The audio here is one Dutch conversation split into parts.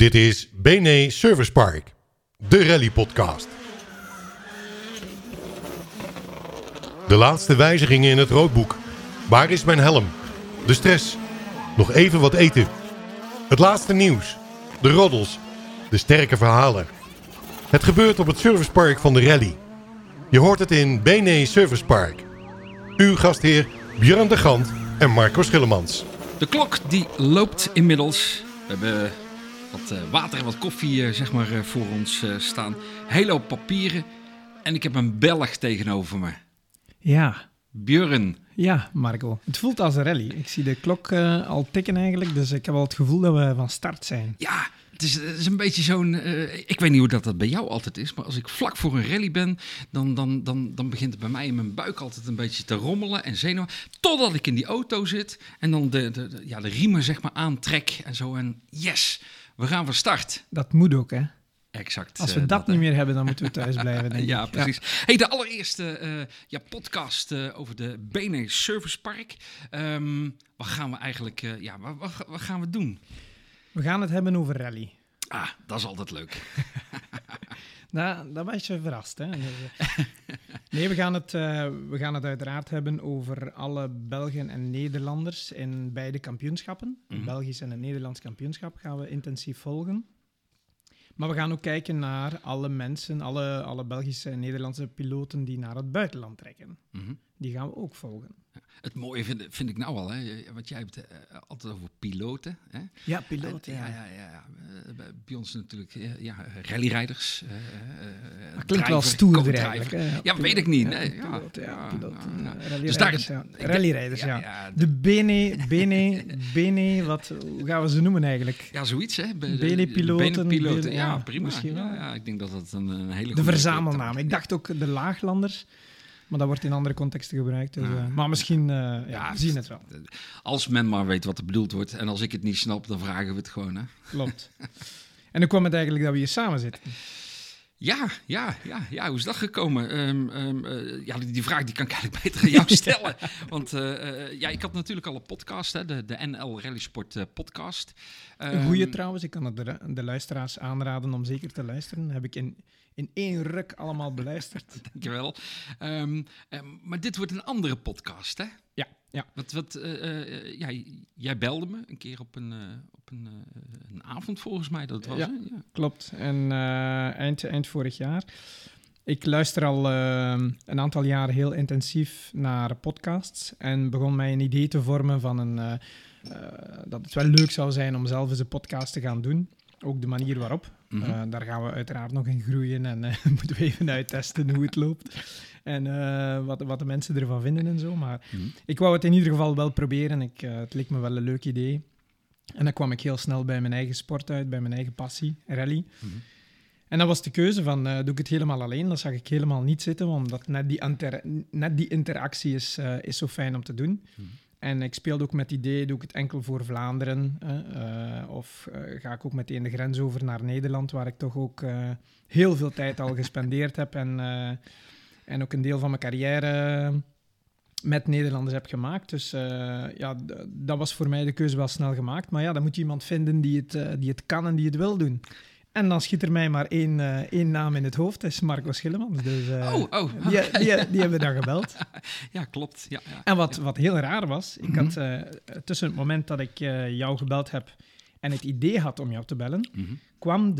Dit is BNE Service Park, de rally-podcast. De laatste wijzigingen in het roodboek. Waar is mijn helm? De stress. Nog even wat eten. Het laatste nieuws. De roddels. De sterke verhalen. Het gebeurt op het servicepark van de rally. Je hoort het in BNE Service Park. Uw gastheer Björn de Gant en Marco Schillemans. De klok die loopt inmiddels. We hebben wat water en wat koffie voor ons staan. Hele hoop papieren. En ik heb een Belg tegenover me. Ja. Björn. Ja, Marco. Het voelt als een rally. Ik zie de klok al tikken eigenlijk, dus ik heb al het gevoel dat we van start zijn. Ja, het is een beetje zo'n... ik weet niet hoe dat bij jou altijd is, maar als ik vlak voor een rally ben, dan begint het bij mij in mijn buik altijd een beetje te rommelen en zenuwen. Totdat ik in die auto zit en dan de riemen aantrek en zo. En yes, we gaan van start. Dat moet ook, hè? Exact. Als we dat niet meer hebben, dan moeten we thuis blijven, denk ik. Ja, precies. Ja. Hey, de allereerste podcast over de BNE Service Park. Wat gaan we eigenlijk... wat gaan we doen? We gaan het hebben over rally. Ah, dat is altijd leuk. Dat was je verrast, hè? Nee, we gaan het uiteraard hebben over alle Belgen en Nederlanders in beide kampioenschappen. Het Belgisch en het Nederlands kampioenschap gaan we intensief volgen. Maar we gaan ook kijken naar alle mensen, alle Belgische en Nederlandse piloten die naar het buitenland trekken. Mm-hmm. Die gaan we ook volgen. Ja, het mooie vind ik nou al, hè, want jij hebt altijd over piloten. Hè? Ja, piloten. Ja. Bij ons natuurlijk rallyrijders. Dat klinkt wel stoerder eigenlijk. Ja, weet ik niet. Nee, piloten. Rallyrijders, ja. De BNE, hoe gaan we ze noemen eigenlijk? Ja, zoiets, hè? BNE-piloten. Ja, prima. Misschien wel. Ja, ik denk dat dat een hele goede... De verzamelnaam. Ik dacht ook de Laaglanders. Maar dat wordt in andere contexten gebruikt. Dus, maar misschien, we zien het wel. Als men maar weet wat er bedoeld wordt. En als ik het niet snap, dan vragen we het gewoon. Hè? Klopt. En dan kwam het eigenlijk dat we hier samen zitten. Ja, hoe is dat gekomen? Die vraag die kan ik eigenlijk beter aan jou stellen. Want ik had natuurlijk al een podcast, hè, de NL Rally Sport podcast. Een goeie trouwens, ik kan het de luisteraars aanraden om zeker te luisteren. Heb ik in één ruk allemaal beluisterd. Dankjewel. Maar dit wordt een andere podcast, hè? Ja. Jij belde me een keer op een avond volgens mij dat het was. Ja, klopt. En eind vorig jaar. Ik luister al een aantal jaren heel intensief naar podcasts en begon mij een idee te vormen van dat het wel leuk zou zijn om zelf eens een podcast te gaan doen. Ook de manier waarop. Mm-hmm. Daar gaan we uiteraard nog in groeien en moeten we even uittesten hoe het loopt. En wat de mensen ervan vinden en zo. Maar ik wou het in ieder geval wel proberen. Het leek me wel een leuk idee. En dan kwam ik heel snel bij mijn eigen sport uit, bij mijn eigen passie, rally. Mm-hmm. En dan was de keuze van, doe ik het helemaal alleen? Dat zag ik helemaal niet zitten, omdat net die interactie is zo fijn om te doen. Mm-hmm. En ik speelde ook met het idee, doe ik het enkel voor Vlaanderen? Of ga ik ook meteen de grens over naar Nederland, waar ik toch ook heel veel tijd al gespendeerd heb en ook een deel van mijn carrière met Nederlanders heb gemaakt. Dus dat was voor mij de keuze wel snel gemaakt. Maar ja, dan moet je iemand vinden die het kan en die het wil doen. En dan schiet er mij maar één naam in het hoofd. Dat is Marco Schillemans. Dus, die hebben we dan gebeld. Ja, klopt. Ja. En wat heel raar was, ik had tussen het moment dat ik jou gebeld heb en het idee had om jou te bellen, kwam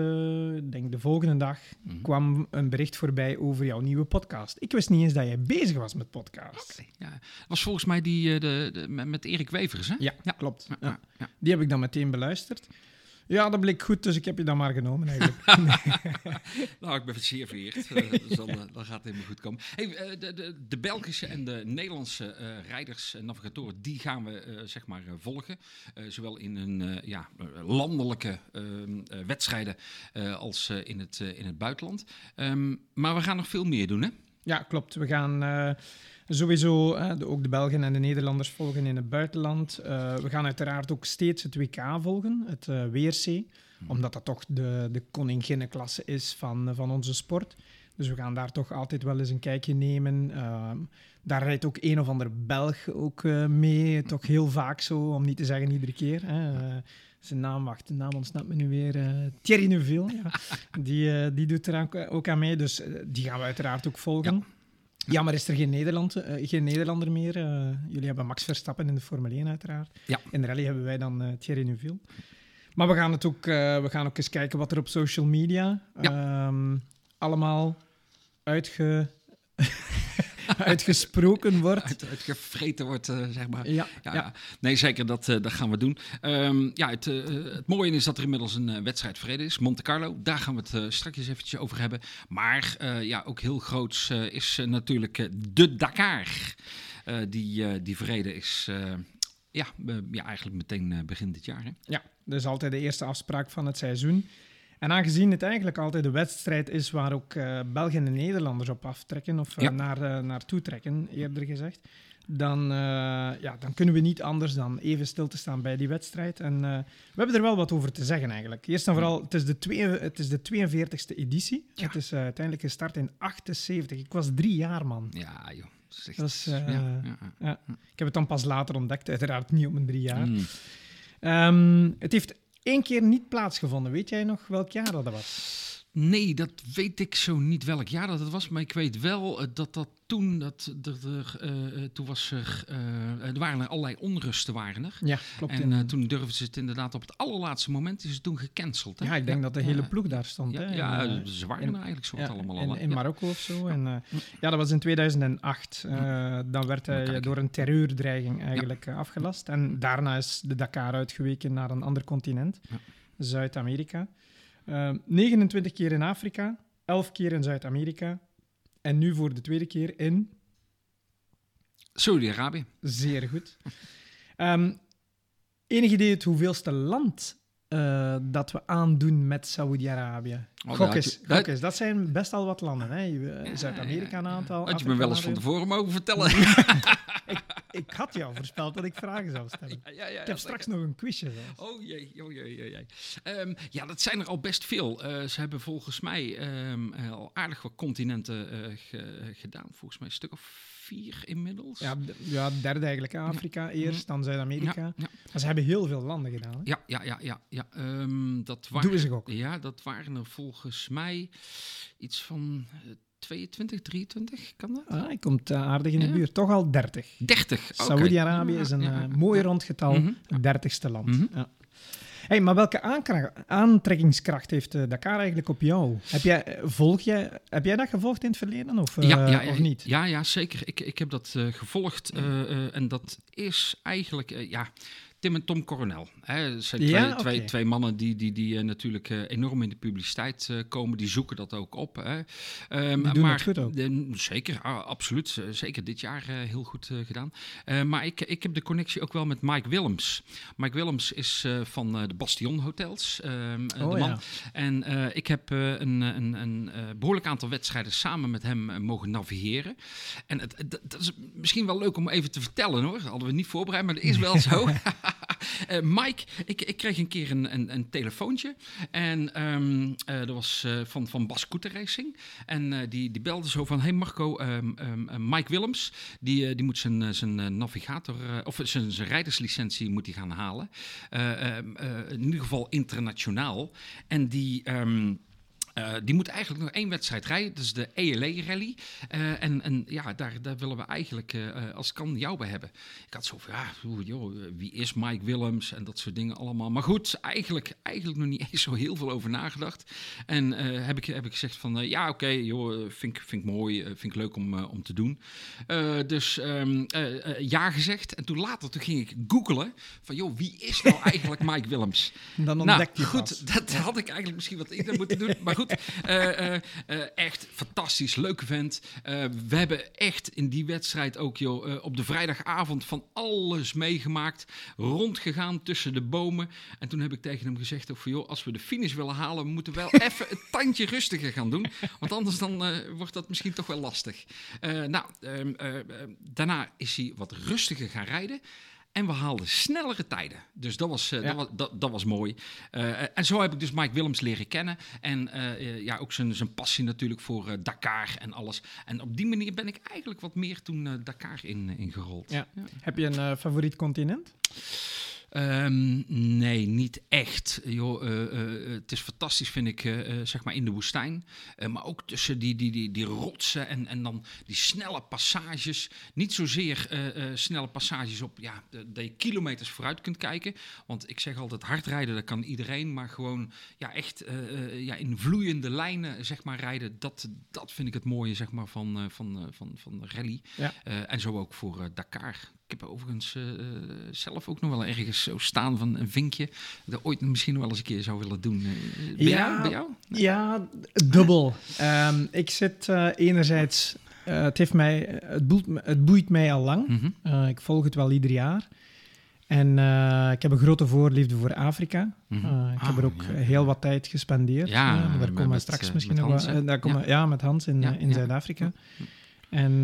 de volgende dag kwam een bericht voorbij over jouw nieuwe podcast. Ik wist niet eens dat jij bezig was met podcast. Okay, ja. Dat was volgens mij die met Erik Wevers, hè? Ja, klopt. Ja. Die heb ik dan meteen beluisterd. Ja, dat bleek goed, dus ik heb je dan maar genomen eigenlijk. Nou, ik ben zeer vereerd. Dus dan gaat het helemaal goed komen. Hey, de Belgische en de Nederlandse rijders en navigatoren, die gaan we volgen. Zowel in hun landelijke wedstrijden als in het buitenland. Maar we gaan nog veel meer doen, hè? Ja, klopt. We gaan... Sowieso ook de Belgen en de Nederlanders volgen in het buitenland. We gaan uiteraard ook steeds het WK volgen, het WRC, omdat dat toch de koninginnenklasse is van onze sport. Dus we gaan daar toch altijd wel eens een kijkje nemen. Daar rijdt ook een of ander Belg ook mee, toch heel vaak zo, om niet te zeggen iedere keer. zijn naam, wacht, de naam ontsnapt me nu weer. Thierry Neuville, ja. Die doet er ook aan mee, dus die gaan we uiteraard ook volgen. Ja. Jammer is er geen Nederlander meer. Jullie hebben Max Verstappen in de Formule 1 uiteraard. Ja. In de rally hebben wij dan Thierry Neuville. Maar we gaan ook eens kijken wat er op social media allemaal uitgesproken wordt. Uitgevreten wordt, zeg maar. Ja. Nee, zeker, dat gaan we doen. Het mooie is dat er inmiddels een wedstrijd verreden is. Monte Carlo, daar gaan we het straks eventjes over hebben. Maar ook heel groots is natuurlijk de Dakar. Die verreden is... eigenlijk meteen begin dit jaar. Hè? Ja, dat is altijd de eerste afspraak van het seizoen. En aangezien het eigenlijk altijd de wedstrijd is waar ook Belgen en Nederlanders op aftrekken, of naartoe trekken, eerder gezegd, dan kunnen we niet anders dan even stil te staan bij die wedstrijd. En we hebben er wel wat over te zeggen eigenlijk. Eerst en vooral, het is de 42e editie. Ja. Het is uiteindelijk gestart in 78. Ik was 3 jaar, man. Ja, joh. Dat is, Ik heb het dan pas later ontdekt, uiteraard niet op mijn 3 jaar. Het heeft 1 keer niet plaatsgevonden. Weet jij nog welk jaar dat was? Nee, dat weet ik zo niet welk jaar dat het was. Maar ik weet wel dat toen... Toen was er waren er allerlei onrusten. Ja, klopt. En toen durfden ze het inderdaad op het allerlaatste moment... is het toen gecanceld. Hè? Ja, ik denk dat de hele ploeg daar stond. Ze waren er eigenlijk zo allemaal al. In Marokko of zo. En, dat was in 2008. Dan werd hij door een terreurdreiging eigenlijk afgelast. En daarna is de Dakar uitgeweken naar een ander continent. Ja. Zuid-Amerika. 29 keer in Afrika, 11 keer in Zuid-Amerika en nu voor de 2e keer in... Saudi-Arabië. Zeer goed. Enig idee het hoeveelste land dat we aandoen met Saudi-Arabië? Gok eens. Dat zijn best al wat landen. Hè? Zuid-Amerika een aantal. Had je me wel eens van tevoren mogen vertellen? Ik had jou voorspeld dat ik vragen zou stellen. Ik heb straks nog een quizje. Zelfs. Oh jee. Dat zijn er al best veel. Ze hebben volgens mij al aardig wat continenten gedaan. Volgens mij een stuk of 4 inmiddels. Ja, derde eigenlijk. Afrika eerst, dan Zuid-Amerika. Ja. Maar ze hebben heel veel landen gedaan. Hè? Ja. Doen ze ook. Ja, dat waren er volgens mij iets van... 22, 23, kan dat? Hij komt aardig in de buurt. Toch al 30. 30, okay. Saoedi-Arabië is een mooi rond getal. Het 30ste land. Mm-hmm. Ja. Hey, maar welke aantrekkingskracht heeft Dakar eigenlijk op jou? Heb jij dat gevolgd in het verleden of niet? Ja, zeker. Ik heb dat gevolgd. En dat is eigenlijk... Tim en Tom Coronel. Het zijn twee mannen die natuurlijk enorm in de publiciteit komen. Die zoeken dat ook op. Die doen het goed ook. Zeker, absoluut. Zeker dit jaar heel goed gedaan. Maar ik heb de connectie ook wel met Mike Willems. Mike Willems is van de Bastion Hotels, de man. Ja. En ik heb een behoorlijk aantal wedstrijden samen met hem mogen navigeren. En dat is misschien wel leuk om even te vertellen, hoor. Dat hadden we niet voorbereid, maar dat is wel zo. Mike, ik kreeg een keer een telefoontje. En dat was van Bas Koeter Racing. En die belde zo van... Hey Marco, Mike Willems, die moet zijn navigator... of zijn rijderslicentie moet hij gaan halen. In ieder geval internationaal. En die moet eigenlijk nog 1 wedstrijd rijden. Dat is de ELE-rally. Daar willen we eigenlijk, als het kan, jou bij hebben. Ik had zo van, wie is Mike Willems? En dat soort dingen allemaal. Maar goed, eigenlijk nog niet eens zo heel veel over nagedacht. En heb ik gezegd van, vind ik mooi. Vind ik leuk om te doen. Dus ja gezegd. En toen ging ik googlen van, wie is nou eigenlijk Mike Willems? Dan ontdek je goed, dat had ik eigenlijk misschien wat eerder moeten doen. Maar goed. Echt fantastisch, leuke vent. We hebben echt in die wedstrijd ook op de vrijdagavond van alles meegemaakt. Rondgegaan tussen de bomen. En toen heb ik tegen hem gezegd, als we de finish willen halen, moeten we wel even een tandje rustiger gaan doen. Want anders dan wordt dat misschien toch wel lastig. Daarna is hij wat rustiger gaan rijden. En we haalden snellere tijden. Dus dat was mooi. En zo heb ik dus Mike Willems leren kennen. En ook zijn passie natuurlijk voor Dakar en alles. En op die manier ben ik eigenlijk wat meer toen Dakar ingerold. Ja. Heb je een favoriet continent? Nee, niet echt. Joh, het is fantastisch, vind ik, zeg maar in de woestijn. Maar ook tussen die rotsen en dan die snelle passages. Niet zozeer snelle passages op dat je kilometers vooruit kunt kijken. Want ik zeg altijd, hardrijden, dat kan iedereen. Maar gewoon echt in vloeiende lijnen zeg maar, rijden. Dat vind ik het mooie zeg maar, van de rally. Ja. En zo ook voor Dakar. Ik heb overigens zelf ook nog wel ergens zo staan van een vinkje. Dat ooit misschien wel eens een keer zou willen doen. Bij jou? Ja, dubbel. Ik zit enerzijds... het boeit mij al lang. Mm-hmm. Ik volg het wel ieder jaar. En ik heb een grote voorliefde voor Afrika. Mm-hmm. Ik heb er ook heel wat tijd gespendeerd. Ja, daar komen we straks misschien nog wel... met Hans in Zuid-Afrika. Ja. En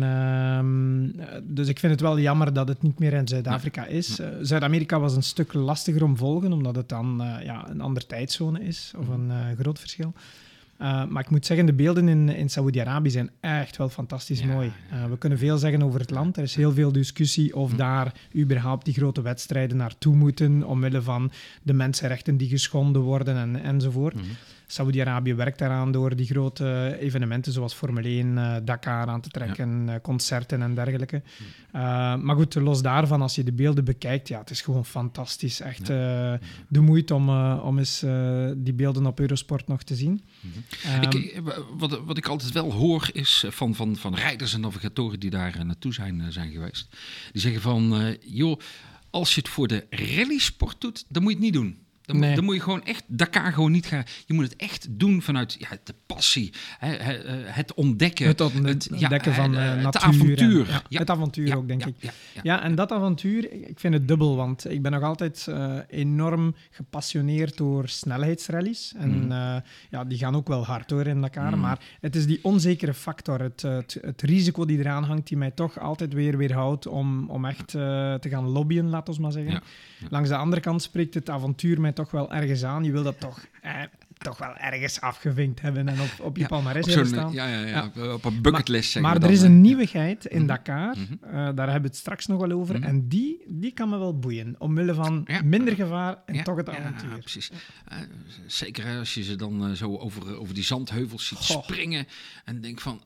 dus ik vind het wel jammer dat het niet meer in Zuid-Afrika is. Zuid-Amerika was een stuk lastiger om volgen, omdat het dan een andere tijdzone is, of een groot verschil. Maar ik moet zeggen, de beelden in Saoedi-Arabië zijn echt wel fantastisch mooi. We kunnen veel zeggen over het land. Er is heel veel discussie of daar überhaupt die grote wedstrijden naartoe moeten, omwille van de mensenrechten die geschonden worden enzovoort. Mm-hmm. Saoedi-Arabië werkt daaraan door die grote evenementen zoals Formule 1, Dakar aan te trekken, concerten en dergelijke. Maar goed, los daarvan, als je de beelden bekijkt, het is gewoon fantastisch. Echt de moeite om eens die beelden op Eurosport nog te zien. Mm-hmm. Wat ik altijd wel hoor is van rijders en navigatoren die daar naartoe zijn geweest. Die zeggen van, als je het voor de rallysport doet, dan moet je het niet doen. Dan moet je gewoon echt Dakar gewoon niet gaan. Je moet het echt doen vanuit de passie, het ontdekken. Het ontdekken van natuur. Het avontuur. Het avontuur ook, denk ik. Ja, en dat avontuur, ik vind het dubbel, want ik ben nog altijd enorm gepassioneerd door snelheidsrallies. En die gaan ook wel hard door in Dakar. Maar het is die onzekere factor, het risico die eraan hangt, die mij toch altijd weer weerhoudt om echt te gaan lobbyen, laat ons maar zeggen. Ja. Langs de andere kant spreekt het avontuur mij toch wel ergens aan. Je wil dat toch wel ergens afgevinkt hebben en op je palmarès hebben staan. Op een bucketlist. Maar er is een nieuwigheid in Dakar. Daar hebben we het straks nog wel over. En die kan me wel boeien. Omwille van minder gevaar en toch het avontuur. Ja, precies. Zeker als je ze dan zo over die zandheuvels ziet springen. En denk van,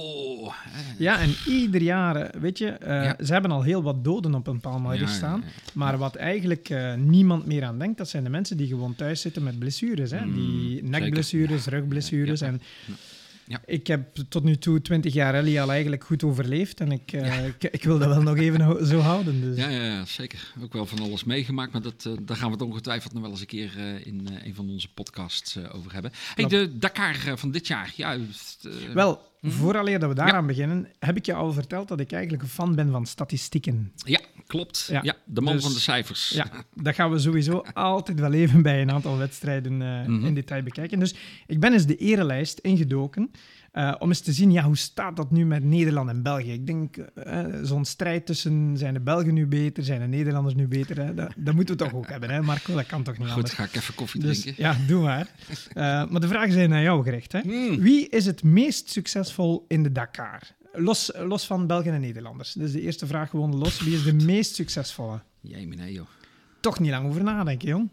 Ja, en ieder jaar, weet je, ze hebben al heel wat doden op een palmarès staan. Maar wat eigenlijk niemand meer aan denkt, dat zijn de mensen die gewoon thuis zitten met blessures. Hè? Die nekblessures, rugblessures. En ik heb tot nu toe 20 jaar rally al eigenlijk goed overleefd. En ik wil dat wel nog even zo houden. Dus. Ja, zeker. Ook wel van alles meegemaakt. Maar daar gaan we het ongetwijfeld nog wel eens een keer in een van onze podcasts over hebben. Hey, de Dakar van dit jaar. Wel, vooraleer dat we daaraan beginnen, heb ik je al verteld dat ik eigenlijk een fan ben van statistieken. Ja, klopt. Ja, de man van de cijfers. Ja, dat gaan we sowieso altijd wel even bij een aantal wedstrijden in detail bekijken. Dus ik ben eens de erelijst ingedoken om eens te zien, hoe staat dat nu met Nederland en België? Ik denk, zo'n strijd tussen zijn de Belgen nu beter, zijn de Nederlanders nu beter? Dat moeten we toch ook hebben, hè? Marco? Dat kan toch niet anders? Goed, ga ik even koffie drinken. Ja, doe maar. Maar de vragen zijn naar jou gericht. Hè? Wie is het meest succesvol in de Dakar? Los van Belgen en Nederlanders. Dus de eerste vraag gewoon los. Wie is de meest succesvolle? Jemine, joh. Toch niet lang over nadenken, jong.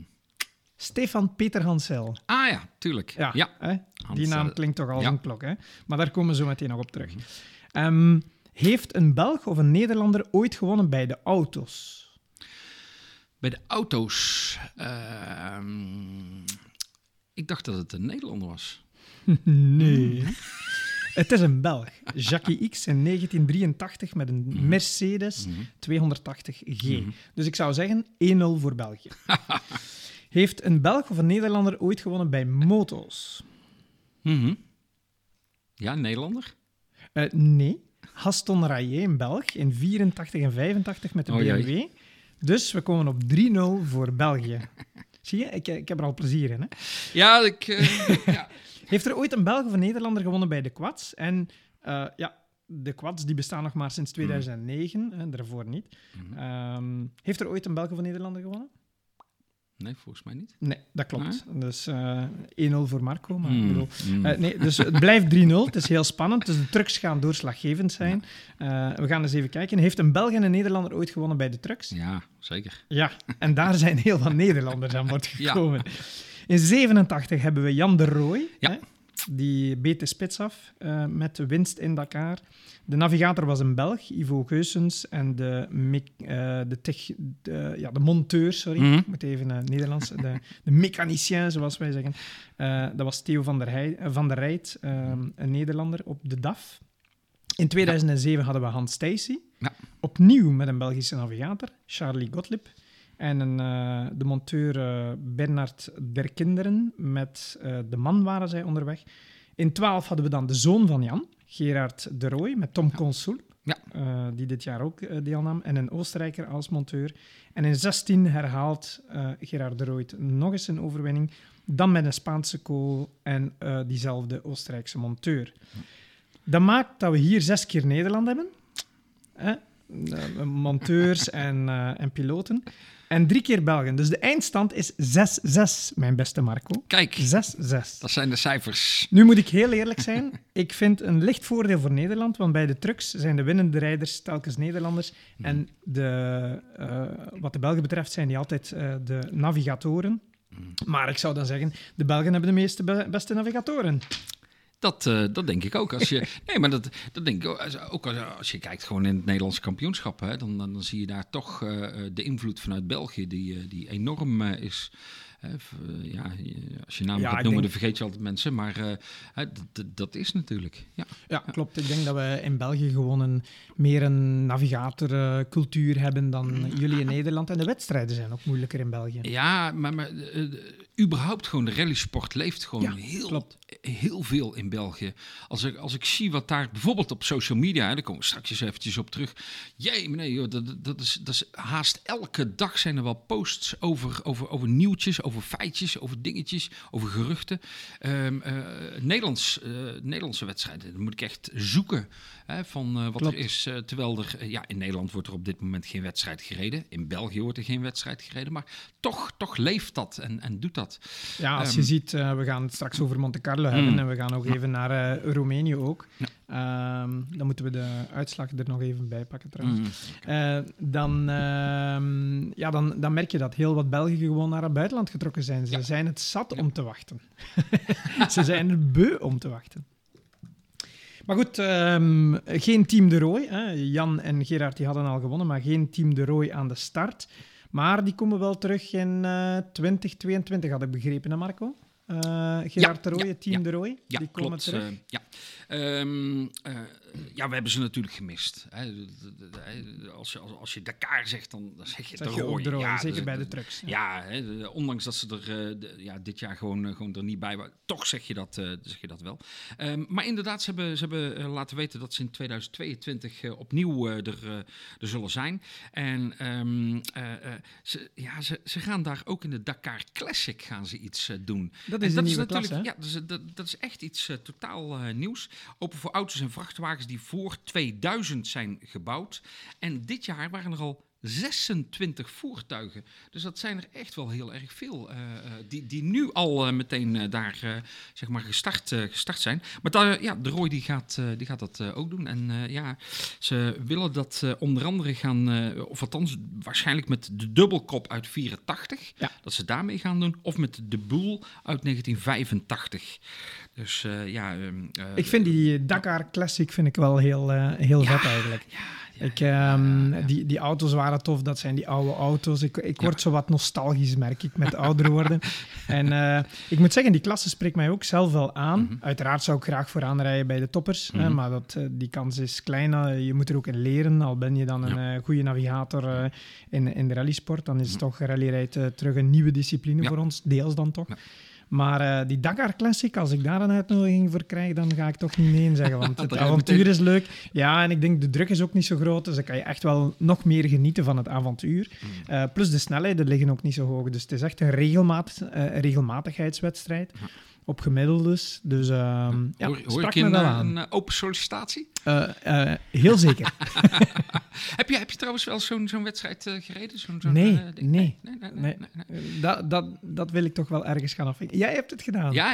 Stefan Peter Hansel. Ah ja, tuurlijk. Ja. Die naam klinkt toch als een klok, hè? Maar daar komen we zo meteen nog op terug. Heeft een Belg of een Nederlander ooit gewonnen bij de auto's? Bij de auto's? Ik dacht dat het een Nederlander was. Nee. Het is een Belg. Jackie X in 1983 met een Mercedes 280G. Dus ik zou zeggen 1-0 voor België. Heeft een Belg of een Nederlander ooit gewonnen bij moto's? Ja, Nederlander? Nee. Gaston Rayet, een Belg, in 84 en 85 met de BMW. Jee. Dus we komen op 3-0 voor België. Zie je? Ik heb er al plezier in, hè? Ja, Heeft er ooit een Belg of een Nederlander gewonnen bij de quads? En de quads die bestaan nog maar sinds 2009, daarvoor niet. Heeft er ooit een Belg of een Nederlander gewonnen? Nee, volgens mij niet. Nee, dat klopt. Nee? Dus 1-0 voor Marco. Maar ik bedoel, nee, dus het blijft 3-0. Het is heel spannend. Dus de trucks gaan doorslaggevend zijn. We gaan eens even kijken. Heeft een Belg en een Nederlander ooit gewonnen bij de trucks? Ja, zeker. Ja, en daar zijn heel wat Nederlanders aan bod gekomen. Ja. In 87 hebben we Jan de Rooij. Ja. Hè? Die beet de spits af met de winst in Dakar. De navigator was een Belg, Ivo Geusens. En de monteur, sorry, ik moet even Nederlands. De mechanicien, zoals wij zeggen. Dat was Theo van der Rijt, een Nederlander, op de DAF. In 2007 hadden we Hans Stacey. Ja. Opnieuw met een Belgische navigator, Charlie Gottlieb. En de monteur Bernard der Kinderen. Met de man waren zij onderweg. In 12 hadden we dan de zoon van Jan, Gerard de Rooij, met Tom Consul. Ja. Die dit jaar ook deelnam. En een Oostenrijker als monteur. En in 16 herhaalt Gerard de Rooij nog eens een overwinning. Dan met een Spaanse kool en diezelfde Oostenrijkse monteur. Dat maakt dat we hier 6 keer Nederland hebben. Monteurs en piloten. En 3 keer Belgen. Dus de eindstand is 6-6, mijn beste Marco. Kijk, 6-6. dat zijn de cijfers. Nu moet ik heel eerlijk zijn. Ik vind een licht voordeel voor Nederland, want bij de trucks zijn de winnende rijders telkens Nederlanders. En wat de Belgen betreft zijn die altijd de navigatoren. Maar ik zou dan zeggen, de Belgen hebben de meeste beste navigatoren. Dat denk ik ook. Nee, maar dat denk ik ook als je kijkt gewoon in het Nederlandse kampioenschap. Hè, dan zie je daar toch de invloed vanuit België die enorm is. Als je namen gaat noemen, dan vergeet je altijd mensen. Maar dat is natuurlijk. Ja, klopt. Ik denk dat we in België gewoon meer een navigatorcultuur hebben dan jullie in Nederland. En de wedstrijden zijn ook moeilijker in België. Ja, maar überhaupt gewoon de rallysport leeft gewoon heel veel in België. Als ik zie wat daar bijvoorbeeld op social media, daar komen we straks eens eventjes op terug. Dat is haast elke dag zijn er wel posts over nieuwtjes, over feitjes, over dingetjes, over geruchten. Nederlandse wedstrijden, dan moet ik echt zoeken van wat er is. Terwijl in Nederland wordt er op dit moment geen wedstrijd gereden. In België wordt er geen wedstrijd gereden. Maar toch leeft dat en doet dat. Ja, als je ziet, we gaan het straks over Monte Carlo hebben. En we gaan ook even naar Roemenië ook. Ja. Dan moeten we de uitslag er nog even bij pakken trouwens. Dan merk je dat heel wat Belgen gewoon naar het buitenland getrokken zijn. Ze zijn het zat om te wachten. Ze zijn er beu om te wachten. Maar goed, geen Team de Rooij. Hè. Jan en Gerard die hadden al gewonnen, maar geen Team de Rooij aan de start. Maar die komen wel terug in 2022, had ik begrepen, hè Marco? Gerard de Rooij, Team de Rooij, die komen terug. We hebben ze natuurlijk gemist. Als je Dakar zegt, dan zeg je de Rooij. Ja, zeker bij de trucks. Ja, ondanks dat ze er dit jaar gewoon er niet bij waren. Toch zeg je dat wel. Maar inderdaad, ze hebben laten weten dat ze in 2022 opnieuw er zullen zijn. En ze gaan daar ook in de Dakar Classic gaan ze iets doen. Dat is een nieuwe klasse, hè? Ja, dat is echt iets totaal nieuws. Open voor auto's en vrachtwagens die voor 2000 zijn gebouwd. En dit jaar waren er al 26 voertuigen. Dus dat zijn er echt wel heel erg veel. Die nu al meteen daar zeg maar gestart zijn. Maar de Rooij die gaat dat ook doen. En ze willen dat onder andere gaan... of althans waarschijnlijk met de dubbelkop uit 84. Ja. Dat ze daarmee gaan doen. Of met de Boel uit 1985. Dus ik vind die Dakar Classic wel heel vet eigenlijk. Die auto's waren tof, dat zijn die oude auto's. Ik word zo wat nostalgisch, merk ik, met ouder worden. En ik moet zeggen, die klasse spreekt mij ook zelf wel aan. Mm-hmm. Uiteraard zou ik graag vooraan rijden bij de toppers, maar die kans is klein. Je moet er ook in leren, al ben je dan een goede navigator in de rallysport, dan is toch rallyrijd terug een nieuwe discipline voor ons, deels dan toch. Ja. Maar die Dakar Classic, als ik daar een uitnodiging voor krijg, dan ga ik toch niet nee zeggen, want het avontuur is leuk. Ja, en ik denk de druk is ook niet zo groot, dus dan kan je echt wel nog meer genieten van het avontuur. Plus de snelheden liggen ook niet zo hoog, dus het is echt een regelmatigheidswedstrijd. Op gemiddeld dus. Hoor ik in een open sollicitatie? Heel zeker. Heb je trouwens wel zo'n wedstrijd gereden? Nee. Nee. Dat wil ik toch wel ergens gaan afvinken. Jij hebt het gedaan. Ja,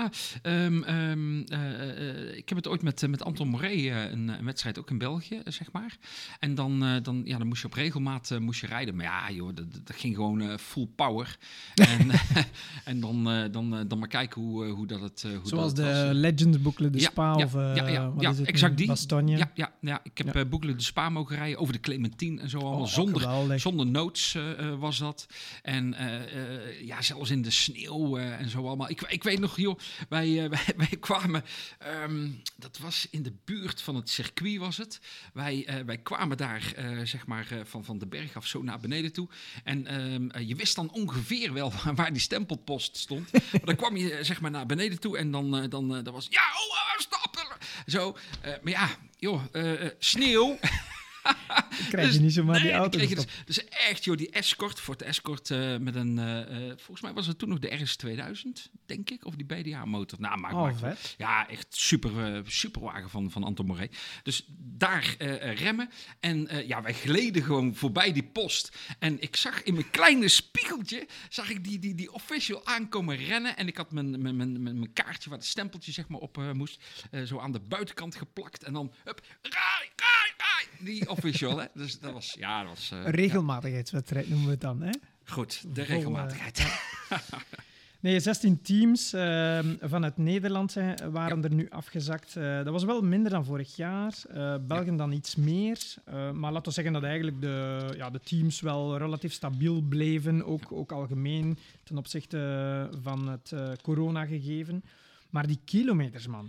ik heb het ooit met Anton Moré een wedstrijd ook in België, zeg maar. En dan moest je op regelmaat rijden. Maar ja, joh, dat ging gewoon full power. En dan maar kijken hoe dat het hoe Zoals dat de was. Legends Boucle de Spa of Ja, is het exact nu? die. Bastogne. Ja, ik heb Boucle de Spa mogen rijden over de Clementine en zo allemaal. Geweldig. Zonder notes was dat. En zelfs in de sneeuw en zo allemaal. Ik weet nog, joh, wij kwamen... dat was in de buurt van het circuit, was het. Wij kwamen daar, zeg maar, van de berg af zo naar beneden toe. En je wist dan ongeveer wel waar die stempelpost stond. Maar dan kwam je, zeg maar, naar beneden toe en dan was... Ja, stop! Zo, maar ja, joh, sneeuw... Krijg je niet zomaar die auto. Dus echt, joh, die Escort, Ford Escort met een... volgens mij was het toen nog de RS 2000, denk ik. Of die BDA-motor. Nou, maakt vet. ja, echt superwagen van Anton Moré. Dus daar remmen. En wij gleden gewoon voorbij die post. En ik zag in mijn kleine spiegeltje... zag ik die official aankomen rennen. En ik had mijn kaartje waar het stempeltje, zeg maar, op moest... zo aan de buitenkant geplakt. En dan... Rai! Die official, hè? Dus dat was... Een regelmatigheidswedstrijd noemen we het dan, hè? Goed, de regelmatigheid. Nee, 16 teams vanuit Nederland waren er nu afgezakt. Dat was wel minder dan vorig jaar. België dan iets meer. Maar laten we zeggen dat eigenlijk de teams wel relatief stabiel bleven. Ook algemeen ten opzichte van het coronagegeven. Maar die kilometers, man.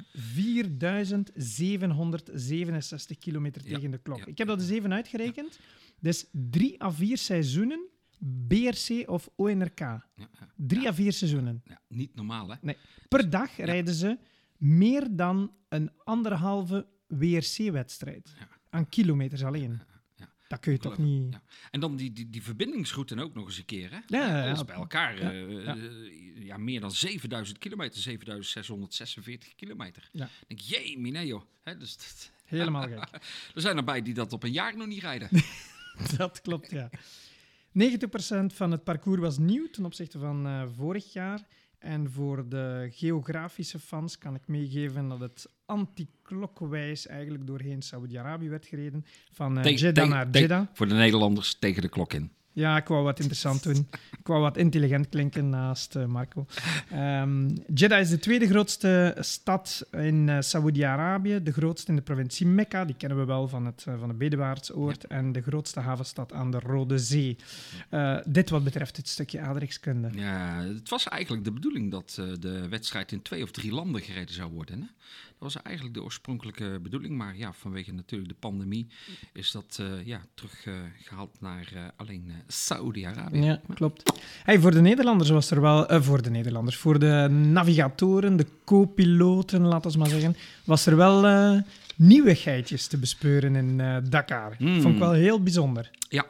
4767 kilometer tegen de klok. Ik heb dat eens even uitgerekend. Dus 3 à 4 seizoenen BRC of ONRK. 3 à 4 seizoenen. Ja, niet normaal, hè? Nee. Per dag rijden ze meer dan een 1,5 WRC-wedstrijd. Ja. Aan kilometers alleen. Ja. Dat kun je toch niet... Ja. En dan die verbindingsroute ook nog eens een keer, hè? Ja. Alles bij elkaar. Meer dan 7000 kilometer. 7646 kilometer. Ja. Ik denk, nee joh. Hè, dus helemaal gek. Er zijn erbij die dat op een jaar nog niet rijden. Dat klopt, ja. 90% van het parcours was nieuw ten opzichte van vorig jaar. En voor de geografische fans kan ik meegeven dat het anti-klokwijs eigenlijk doorheen Saoedi-Arabië werd gereden. Van Jeddah naar Jeddah. Voor de Nederlanders tegen de klok in. Ja, ik wou wat interessant doen. Ik wou wat intelligent klinken naast Marco. Jeddah is de tweede grootste stad in Saoedi-Arabië. De grootste in de provincie Mekka. Die kennen we wel van de bedevaartsoord. Ja. En de grootste havenstad aan de Rode Zee. Dit wat betreft het stukje aardrijkskunde. Ja, het was eigenlijk de bedoeling dat de wedstrijd in 2 of 3 landen gereden zou worden, hè? Dat was eigenlijk de oorspronkelijke bedoeling. Maar ja, vanwege natuurlijk de pandemie is dat teruggehaald naar alleen Saoedi-Arabië. Ja, klopt. Hey, voor de Nederlanders was er wel... voor de navigatoren, de co-piloten, laten we maar zeggen, was er wel nieuwigheidjes te bespeuren in Dakar. Vond ik wel heel bijzonder. Ja,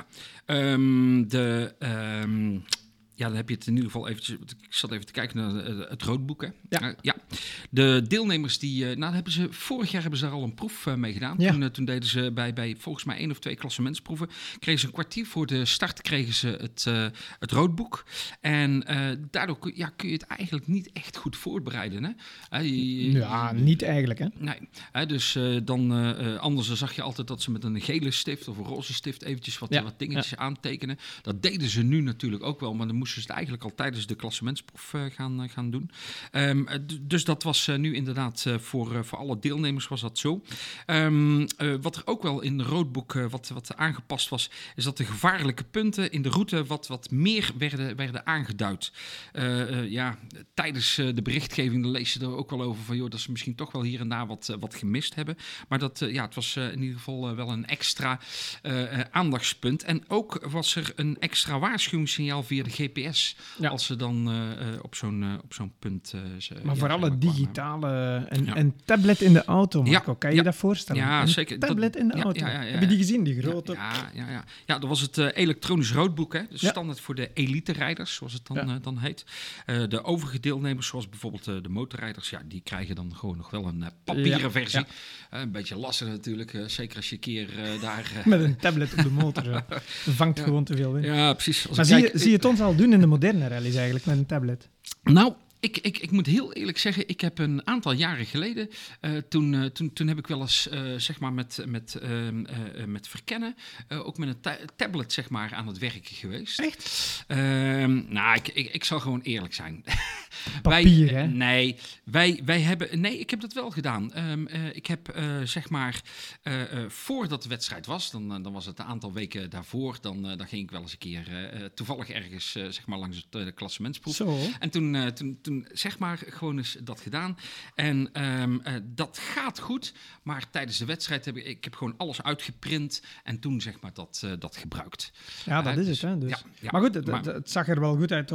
dan heb je het in ieder geval eventjes... Ik zat even te kijken naar het roodboek. Hè? Ja. De deelnemers vorig jaar hebben ze daar al een proef mee gedaan. Ja. Toen deden ze bij volgens mij 1 of 2 klassementsproeven. Kregen ze een kwartier voor de start kregen ze het roodboek. En daardoor kun je het eigenlijk niet echt goed voorbereiden. Hè? Niet eigenlijk. Hè? Nee. Dus anders zag je altijd dat ze met een gele stift of een roze stift eventjes wat dingetjes aantekenen. Dat deden ze nu natuurlijk ook wel, maar dan moesten ze het eigenlijk al tijdens de klassementsproef gaan doen. Dus dat was nu inderdaad voor alle deelnemers was dat zo. Wat er ook wel in het roodboek wat aangepast was, is dat de gevaarlijke punten in de route wat meer werden aangeduid. Tijdens de berichtgeving lees je er ook wel over van, dat ze misschien toch wel hier en daar wat gemist hebben. Maar het was in ieder geval wel een extra aandachtspunt. En ook was er een extra waarschuwingssignaal via de GPS Ja. als ze dan op zo'n punt... Maar vooral het kwamen. digitale... Ja. Een tablet in de auto, Marco. Ja, Kan je ja. dat voorstellen? Ja, een zeker. tablet in de auto. ja. Heb je die gezien, die grote? Ja, dat was het elektronisch roodboek. Hè? Dus Ja. standaard voor de elite-rijders, zoals het dan heet. De overige deelnemers, zoals bijvoorbeeld de motorrijders... Ja, die krijgen dan gewoon nog wel een papieren versie. Ja. Een beetje lastig natuurlijk. Zeker als je een keer daar... Met een tablet op de motor. Dat vangt gewoon te veel wind. Ja, precies. Als Maar ik kijk- zie je het ons al doen in de moderne rallies eigenlijk, met een tablet? Nou, ik moet heel eerlijk zeggen, ik heb een aantal jaren geleden, toen heb ik wel eens, zeg maar, met verkennen, ook met een tablet, zeg maar, aan het werken geweest. Echt? Nou, ik zal gewoon eerlijk zijn. Papier, hè? Nee, wij hebben... Nee, ik heb dat wel gedaan. Ik heb, zeg maar, voordat de wedstrijd was, dan was het een aantal weken daarvoor, dan ging ik wel eens een keer toevallig ergens, zeg maar, langs het klassementsproef. Zo. En toen zeg maar, gewoon eens dat gedaan. En dat gaat goed, maar tijdens de wedstrijd heb ik gewoon alles uitgeprint en toen, zeg maar, dat gebruikt. Ja, dat is dus, het, hè. Dus. ja, maar goed, maar- het zag er wel goed uit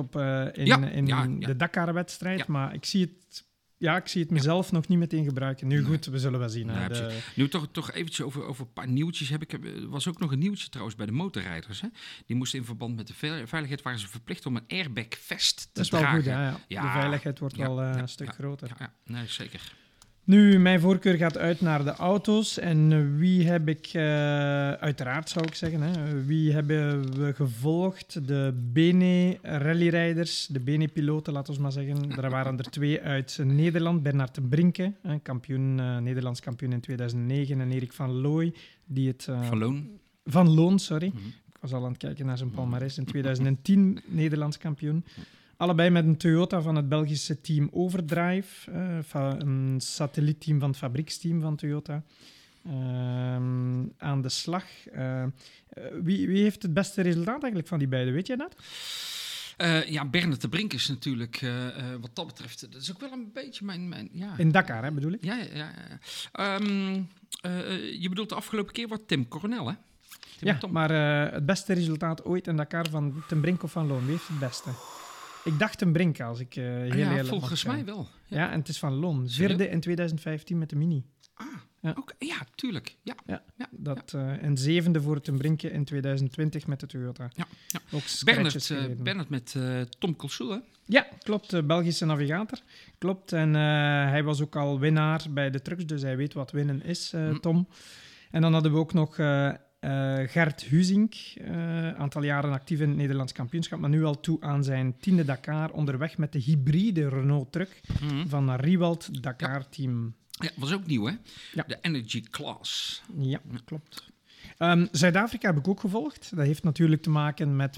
in de Dakar-wedstrijd, Ja. maar ik zie het mezelf nog niet meteen gebruiken. Nu goed, we zullen wel zien. Nee, Hè, precies. Nu toch eventjes over een paar nieuwtjes. Er was ook nog een nieuwtje trouwens bij de motorrijders. Hè? Die moesten in verband met de veiligheid waren ze verplicht om een airbag vest te dat is wel dragen. goed, hè, ja. Ja. De veiligheid wordt wel Ja, een stuk groter. Ja, nee, zeker. Nu, mijn voorkeur gaat uit naar de auto's. En wie heb ik, uiteraard zou ik zeggen, hè, wie hebben we gevolgd? De Bene rallyrijders, de Bene-piloten, laten we maar zeggen. Er waren er 2 uit Nederland. Bernard de Brinke, Nederlands kampioen in 2009. En Erik van Looy, die het... Van Loon. Van Loon, sorry. Mhm. Ik was al aan het kijken naar zijn palmarès. In 2010 Nederlands kampioen. Allebei met een Toyota van het Belgische team Overdrive. Een satellietteam van het fabrieksteam van Toyota. Aan de slag. Wie heeft het beste resultaat eigenlijk van die beiden? Weet jij dat? Bernard de Brink is natuurlijk, wat dat betreft, dat is ook wel een beetje mijn ja. In Dakar, hè, bedoel ik? Ja. Je bedoelt de afgelopen keer wordt Tim Coronel, hè? Tom. Maar het beste resultaat ooit in Dakar van Ten Brink of van Loon? Wie heeft het beste? Ik dacht Ten Brink, als ik heel eerlijk mag volgens zijn. mij wel. Ja, en het is van Loon. Serieus? 4e in 2015 met de Mini. Ja. Oké, ja, tuurlijk. Ja. En 7e voor Ten Brinke in 2020 met de Toyota. Ja. Ook scratches gereden. Bernard met Tom Colsoel, hè? Ja, klopt. De Belgische navigator. Klopt. En hij was ook al winnaar bij de trucks, dus hij weet wat winnen is, Tom. En dan hadden we ook nog Gert Huzink, aantal jaren actief in het Nederlands kampioenschap, maar nu al toe aan zijn 10e Dakar, onderweg met de hybride Renault truck van Riewald Dakar Team. Ja, was ook nieuw, hè? Ja. De Energy Class. Ja, klopt. Zuid-Afrika heb ik ook gevolgd. Dat heeft natuurlijk te maken met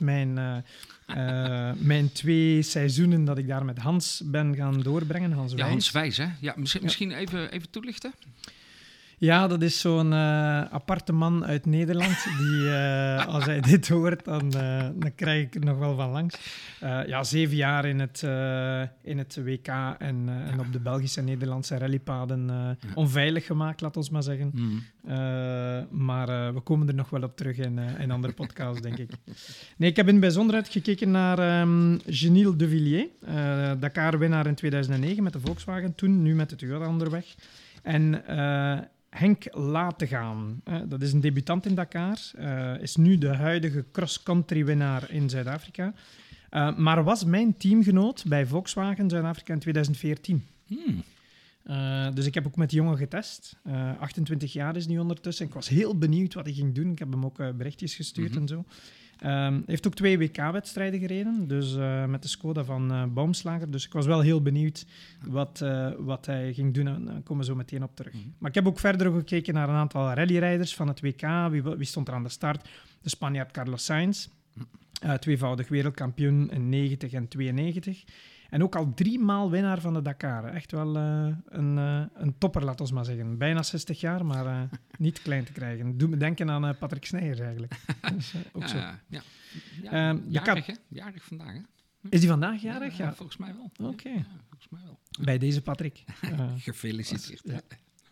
mijn 2 seizoenen dat ik daar met Hans ben gaan doorbrengen. Hans Wijs. Ja, Hans Wijs, hè? Ja, misschien even toelichten. Ja, dat is zo'n aparte man uit Nederland. Die, als hij dit hoort, dan krijg ik er nog wel van langs. 7 jaar in het WK en op de Belgische en Nederlandse rallypaden onveilig gemaakt, laat ons maar zeggen. Maar we komen er nog wel op terug in andere podcasts, denk ik. Nee, ik heb in het bijzonder uitgekeken naar Genil de Villiers. Dakar-winnaar in 2009 met de Volkswagen. Toen, nu met de Toyota onderweg. En Henk Lategaan, dat is een debutant in Dakar, is nu de huidige cross-country-winnaar in Zuid-Afrika, maar was mijn teamgenoot bij Volkswagen Zuid-Afrika in 2014. Dus ik heb ook met die jongen getest. 28 jaar is nu ondertussen. Ik was heel benieuwd wat hij ging doen. Ik heb hem ook berichtjes gestuurd en zo. Hij heeft ook 2 WK-wedstrijden gereden, dus met de Skoda van Baumslager. Dus ik was wel heel benieuwd wat hij ging doen en daar komen we zo meteen op terug. Maar ik heb ook verder gekeken naar een aantal rallyrijders van het WK. Wie stond er aan de start? De Spanjaard Carlos Sainz, 2-voudig wereldkampioen in 90 en 92. En ook al 3 maal winnaar van de Dakar. Echt wel een topper, laat ons maar zeggen. Bijna 60 jaar, maar niet klein te krijgen. Doet me denken aan Patrick Snijers eigenlijk. Dus, ook zo. Jarig, hè? Jarig vandaag, hè? Is die vandaag jarig? Ja. Volgens mij wel. Oké. Ja, volgens mij wel. Bij deze Patrick. Gefeliciteerd. Ja.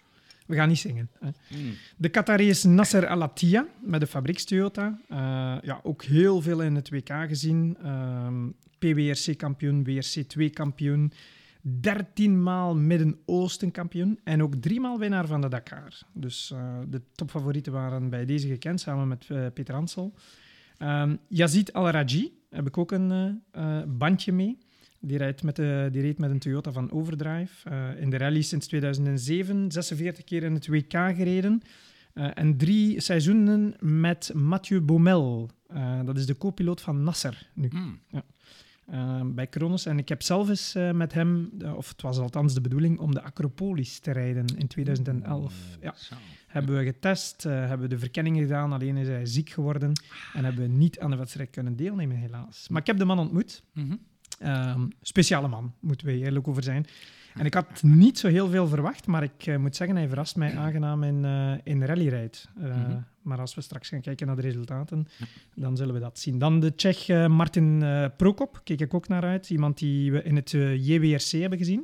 We gaan niet zingen. De Qatarees Nasser Al Attiyah met de fabriekstoyota. Ook heel veel in het WK gezien. PWRC-kampioen, WRC2-kampioen. 13 maal Midden-Oosten kampioen. En ook 3 maal winnaar van de Dakar. Dus de topfavorieten waren bij deze gekend, samen met Peter Hansel. Yazid Al-Raji heb ik ook een bandje mee. Die reed met een Toyota van Overdrive. In de rally sinds 2007, 46 keer in het WK gereden. En 3 seizoenen met Mathieu Baumel. Dat is de co-piloot van Nasser nu. Bij Kronos. En ik heb zelf eens met hem, of het was althans de bedoeling, om de Acropolis te rijden in 2011. Hebben we getest, hebben we de verkenningen gedaan, alleen is hij ziek geworden en hebben we niet aan de wedstrijd kunnen deelnemen, helaas. Maar ik heb de man ontmoet. Speciale man, moeten we eerlijk over zijn. En ik had niet zo heel veel verwacht, maar ik moet zeggen, hij verrast mij aangenaam in rallyrijd. Maar als we straks gaan kijken naar de resultaten, dan zullen we dat zien. Dan de Tsjech Martin Prokop, keek ik ook naar uit. Iemand die we in het JWRC hebben gezien.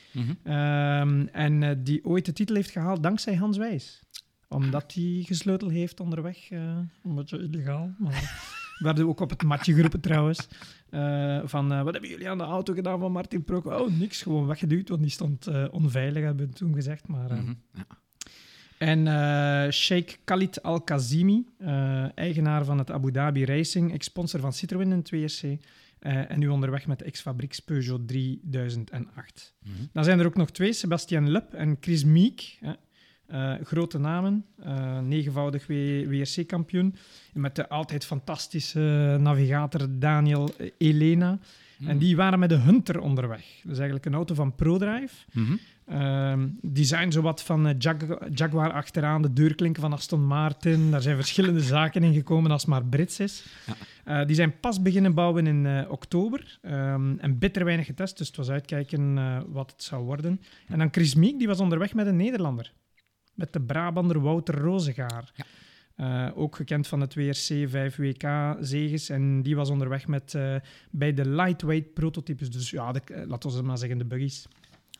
En die ooit de titel heeft gehaald dankzij Hans Wijs. Omdat hij gesleuteld heeft onderweg. Een beetje illegaal, maar... We werden ook op het matje geroepen trouwens. Wat hebben jullie aan de auto gedaan van Martin Prokop? Oh, niks. Gewoon weggeduwd, want die stond onveilig, hebben we toen gezegd. Maar, En Sheikh Khalid Al-Kazimi, eigenaar van het Abu Dhabi Racing, ex-sponsor van Citroën in het WRC. En nu onderweg met de ex-fabrieks Peugeot 3008. Dan zijn er ook nog 2, Sébastien Loeb en Chris Meek. Grote namen, 9-voudig WRC-kampioen. Met de altijd fantastische navigator Daniel Elena. En die waren met de Hunter onderweg. Dat is eigenlijk een auto van ProDrive. Design zowat van Jaguar achteraan, de deurklinken van Aston Martin. Daar zijn verschillende zaken in gekomen als het maar Brits is. Die zijn pas beginnen bouwen in oktober. En bitter weinig getest, dus het was uitkijken wat het zou worden. En dan Chris Meek, die was onderweg met een Nederlander. Met de Brabander Wouter Rozegaar. Ook gekend van het WRC 5 WK-zeges. En die was onderweg bij de lightweight prototypes. Dus laten we maar zeggen de buggies.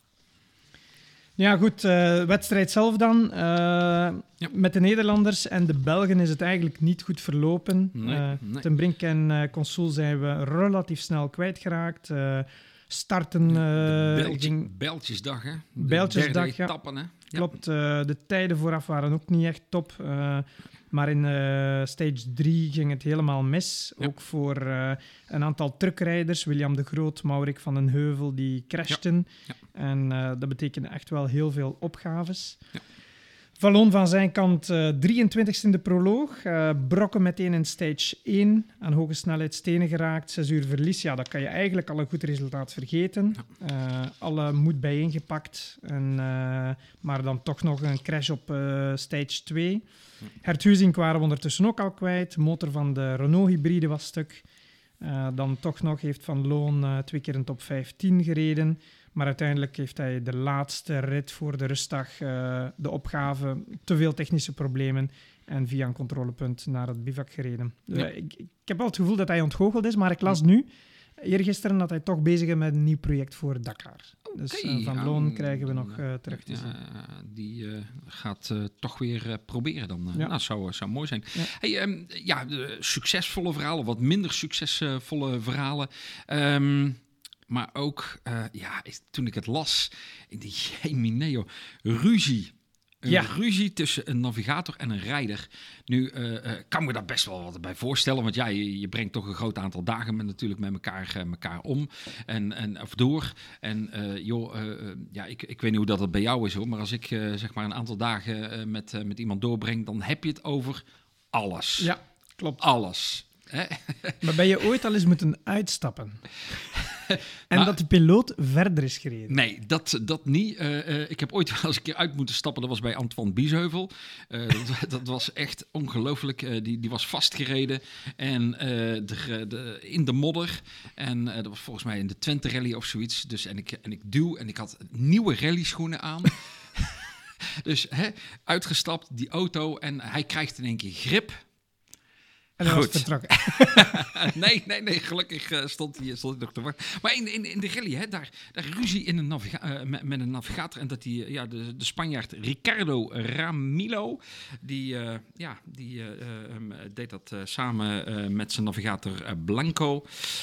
Ja, goed. Wedstrijd zelf dan. Met de Nederlanders en de Belgen is het eigenlijk niet goed verlopen. Nee. Ten Brink en Consul zijn we relatief snel kwijtgeraakt. Starten... Bijltjesdag, hè? Bijltjesdag, ja. Etappen, hè? Klopt, de tijden vooraf waren ook niet echt top. Maar in stage 3 ging het helemaal mis. Ja. Ook voor een aantal truckrijders. William de Groot, Maurik van den Heuvel, die crashten. Ja. En dat betekende echt wel heel veel opgaves. Ja. Vallon van zijn kant 23e in de proloog. Brokken meteen in stage 1. Aan hoge snelheid stenen geraakt. 6 uur verlies. Ja, dat kan je eigenlijk al een goed resultaat vergeten. Alle moed bijeengepakt. Maar dan toch nog een crash op stage 2. Herthuizing waren we ondertussen ook al kwijt. De motor van de Renault-hybride was stuk. Dan toch nog heeft Van Loon 2 keer een top 15 gereden. Maar uiteindelijk heeft hij de laatste rit voor de rustdag de opgave, te veel technische problemen en via een controlepunt naar het bivak gereden. Ja. Ik heb wel het gevoel dat hij ontgoocheld is, maar ik las nu, eergisteren, dat hij toch bezig is met een nieuw project voor Dakar. Dus Van Loon krijgen we nog terug te zien. Die gaat toch weer proberen dan. Nou, zou mooi zijn. Ja. Hey, succesvolle verhalen, wat minder succesvolle verhalen. Maar ook, toen ik het las, ik dacht, jemineo, ruzie. Ruzie tussen een navigator en een rijder. Nu kan me daar best wel wat bij voorstellen. Want je brengt toch een groot aantal dagen met elkaar om. Of door. En ik weet niet hoe dat bij jou is hoor. Maar als ik zeg maar een aantal dagen met iemand doorbreng, dan heb je het over alles. Ja, klopt. Alles. Maar ben je ooit al eens moeten uitstappen? En dat de piloot verder is gereden? Nee, dat niet. Ik heb ooit wel eens een keer uit moeten stappen. Dat was bij Antoine Biesheuvel. Dat was echt ongelooflijk. Die was vastgereden en in de modder. En dat was volgens mij in de Twente Rally of zoiets. Dus, en ik duw en ik had nieuwe rallyschoenen aan. Dus uitgestapt, die auto. En hij krijgt in één keer grip. En hij was Goed. vertrokken. Nee, gelukkig stond hij nog te wachten. Maar in de rally, hè, daar ruzie in een met een navigator. En dat de Spanjaard Ricardo Ramilo, die deed dat samen met zijn navigator Blanco.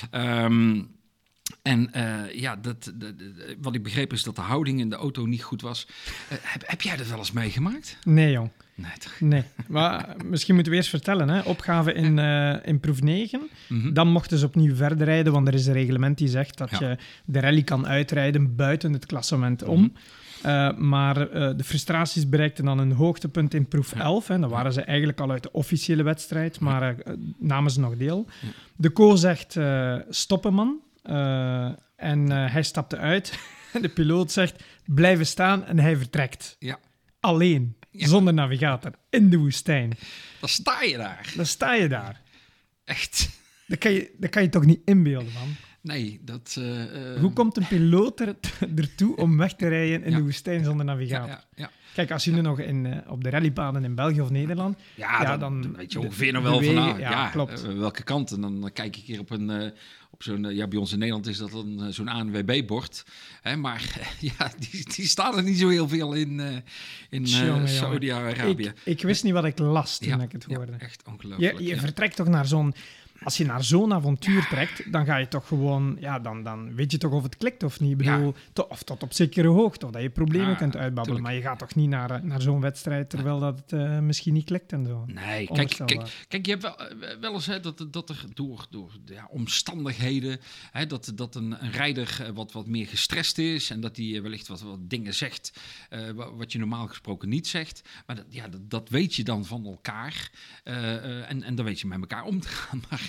Wat ik begreep is dat de houding in de auto niet goed was. Heb jij dat wel eens meegemaakt? Nee, jong. Nee, toch? Nee. Maar misschien moeten we eerst vertellen. Hè. Opgave in proef 9. Mhm. Dan mochten ze opnieuw verder rijden, want er is een reglement die zegt dat Ja. je de rally kan uitrijden buiten het klassement om. Maar de frustraties bereikten dan een hoogtepunt in proef 11. Hè. Dan waren ze eigenlijk al uit de officiële wedstrijd, maar namen ze nog deel. Ja. De co zegt, stoppen man. En hij stapte uit. De piloot zegt, blijven staan en hij vertrekt. Ja. Alleen, Ja. zonder navigator, in de woestijn. Dan sta je daar. Dan sta je daar. Echt. Dat kan je toch niet inbeelden, man? Nee, dat... Hoe komt een piloot ertoe om weg te rijden in Ja. de woestijn zonder navigator? Ja. Kijk, als je nu nog op de rallybanen in België of Nederland... Ja, dan dan weet je de- ongeveer nog de wel van... wegen, ja, klopt. Welke kant. En dan kijk ik hier op zo'n... bij ons in Nederland is dat dan zo'n ANWB-bord. Maar die staan er niet zo heel veel in Jongen. Saudi-Arabië. Ik wist niet wat ik las toen ik het Ja, hoorde. echt ongelooflijk. Je vertrekt toch naar zo'n... Als je naar zo'n avontuur trekt, dan ga je toch gewoon... Ja, dan weet je toch of het klikt of niet. Ik bedoel, of tot op zekere hoogte, of dat je problemen Ja, kunt uitbabbelen. tuurlijk. Maar je gaat toch niet naar zo'n wedstrijd, terwijl dat het misschien niet klikt en zo. Nee, Onvoorstelbaar. kijk, je hebt wel eens hè, dat er door omstandigheden, hè, dat een rijder wat meer gestrest is en dat hij wellicht wat dingen zegt wat je normaal gesproken niet zegt. Maar dat weet je dan van elkaar en dan weet je met elkaar om te gaan. Maar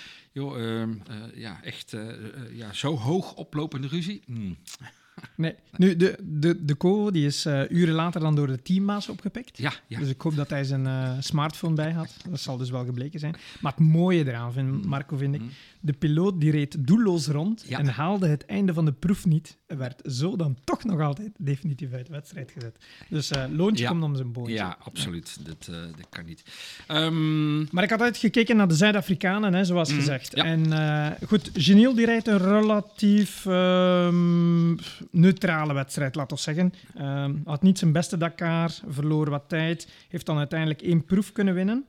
echt zo hoog oplopende ruzie. Nee. Nu, de co die is uren later dan door de teambaas opgepikt. Ja. Dus ik hoop dat hij zijn smartphone bij had. Dat zal dus wel gebleken zijn. Maar het mooie eraan, Marco, vind ik... De piloot die reed doelloos rond en haalde het einde van de proef niet. Werd zo dan toch nog altijd definitief uit de wedstrijd gezet. Dus loontje komt om zijn boontje. Ja, absoluut. Dat kan niet. Maar ik had uitgekeken naar de Zuid-Afrikanen, hè, zoals gezegd. ja. En goed, Giniel die rijdt een relatief neutrale wedstrijd, laten we zeggen. Had niet zijn beste Dakar, verloor wat tijd. Heeft dan uiteindelijk 1 proef kunnen winnen.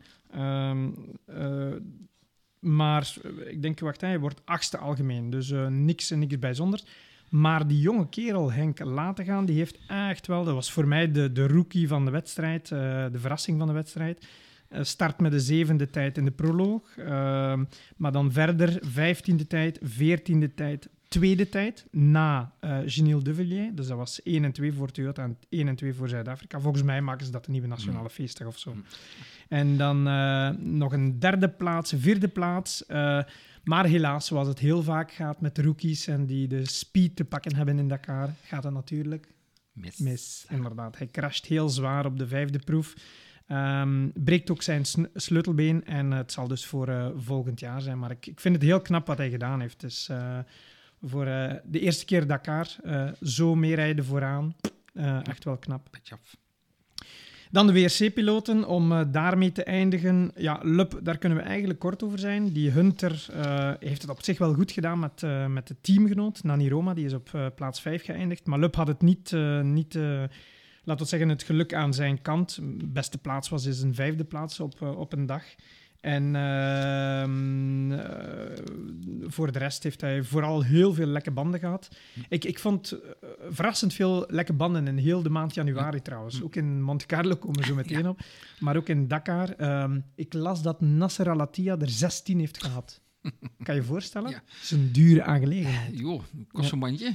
Maar ik denk, hij wordt 8e algemeen. Dus niks bijzonders. Maar die jonge kerel, Henk Lategaan, die heeft echt wel... Dat was voor mij de rookie van de wedstrijd, de verrassing van de wedstrijd. Start met de 7e tijd in de proloog. Maar dan verder 15e tijd, 14e tijd, 2e tijd na Giniel de Villiers. Dus dat was 1 en 2 voor Toyota en 1 en 2 voor Zuid-Afrika. Volgens mij maken ze dat de nieuwe nationale feestdag of zo. En dan nog een 3e plaats, 4e plaats. Maar helaas, zoals het heel vaak gaat met rookies en die de speed te pakken hebben in Dakar, gaat het natuurlijk mis. Inderdaad. Hij crasht heel zwaar op de 5e proef. Breekt ook zijn sleutelbeen en het zal dus voor volgend jaar zijn. Maar ik vind het heel knap wat hij gedaan heeft. Dus voor de eerste keer Dakar, zo meerijden vooraan, echt wel knap. Petje af. Dan de WRC-piloten, om daarmee te eindigen. Ja, Lup, daar kunnen we eigenlijk kort over zijn. Die Hunter heeft het op zich wel goed gedaan met de teamgenoot, Nani Roma. Die is op plaats 5 geëindigd. Maar Lup had het niet laten we zeggen, het geluk aan zijn kant. Beste plaats was dus een 5e plaats op een dag. En voor de rest heeft hij vooral heel veel lekke banden gehad. Ik vond verrassend veel lekke banden in heel de maand januari trouwens. Ook in Monte Carlo komen we zo meteen op. Maar ook in Dakar. Ik las dat Nasser Al-Attiyah er 16 heeft gehad. Kan je je voorstellen? Ja. Dat is een dure aangelegenheid. Joh, kost zo'n bandje.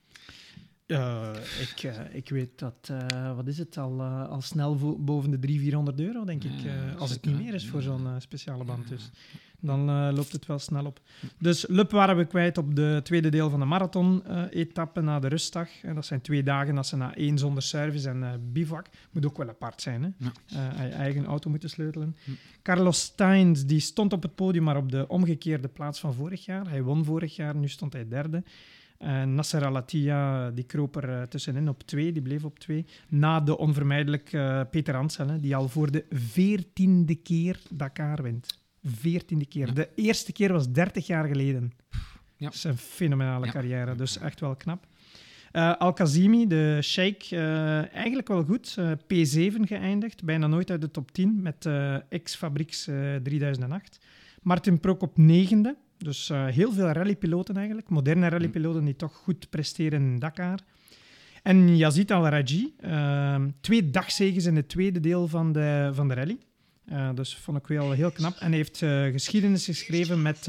Ik weet dat, wat is het, al snel boven de 300-400 euro, denk ik. Als het niet meer is voor zo'n speciale band. Dus dan loopt het wel snel op. Dus Lup waren we kwijt op de tweede deel van de marathon-etappe na de rustdag. En dat zijn 2 dagen dat ze na 1 zonder service en bivak. Moet ook wel apart zijn, hè? Ja. Je eigen auto moeten sleutelen. Carlos Steins die stond op het podium, maar op de omgekeerde plaats van vorig jaar. Hij won vorig jaar, nu stond hij 3e. Nasser Al-Attiyah die kroop er tussenin op 2, die bleef op 2. Na de onvermijdelijk Peter Hansel, die al voor de 14e keer Dakar wint. 14e keer. De eerste keer was 30 jaar geleden. Ja. Dat is een fenomenale carrière, dus echt wel knap. Al-Kazimi, de Sheikh, eigenlijk wel goed. P7 geëindigd, bijna nooit uit de top 10 met X-Fabrieks 3008. Martin Prokop 9e, dus heel veel rallypiloten eigenlijk. Moderne rallypiloten die toch goed presteren in Dakar. En Yazid Al-Raji, 2 dagzeges in het tweede deel van de rally. Dus vond ik wel heel knap. En hij heeft geschiedenis geschreven met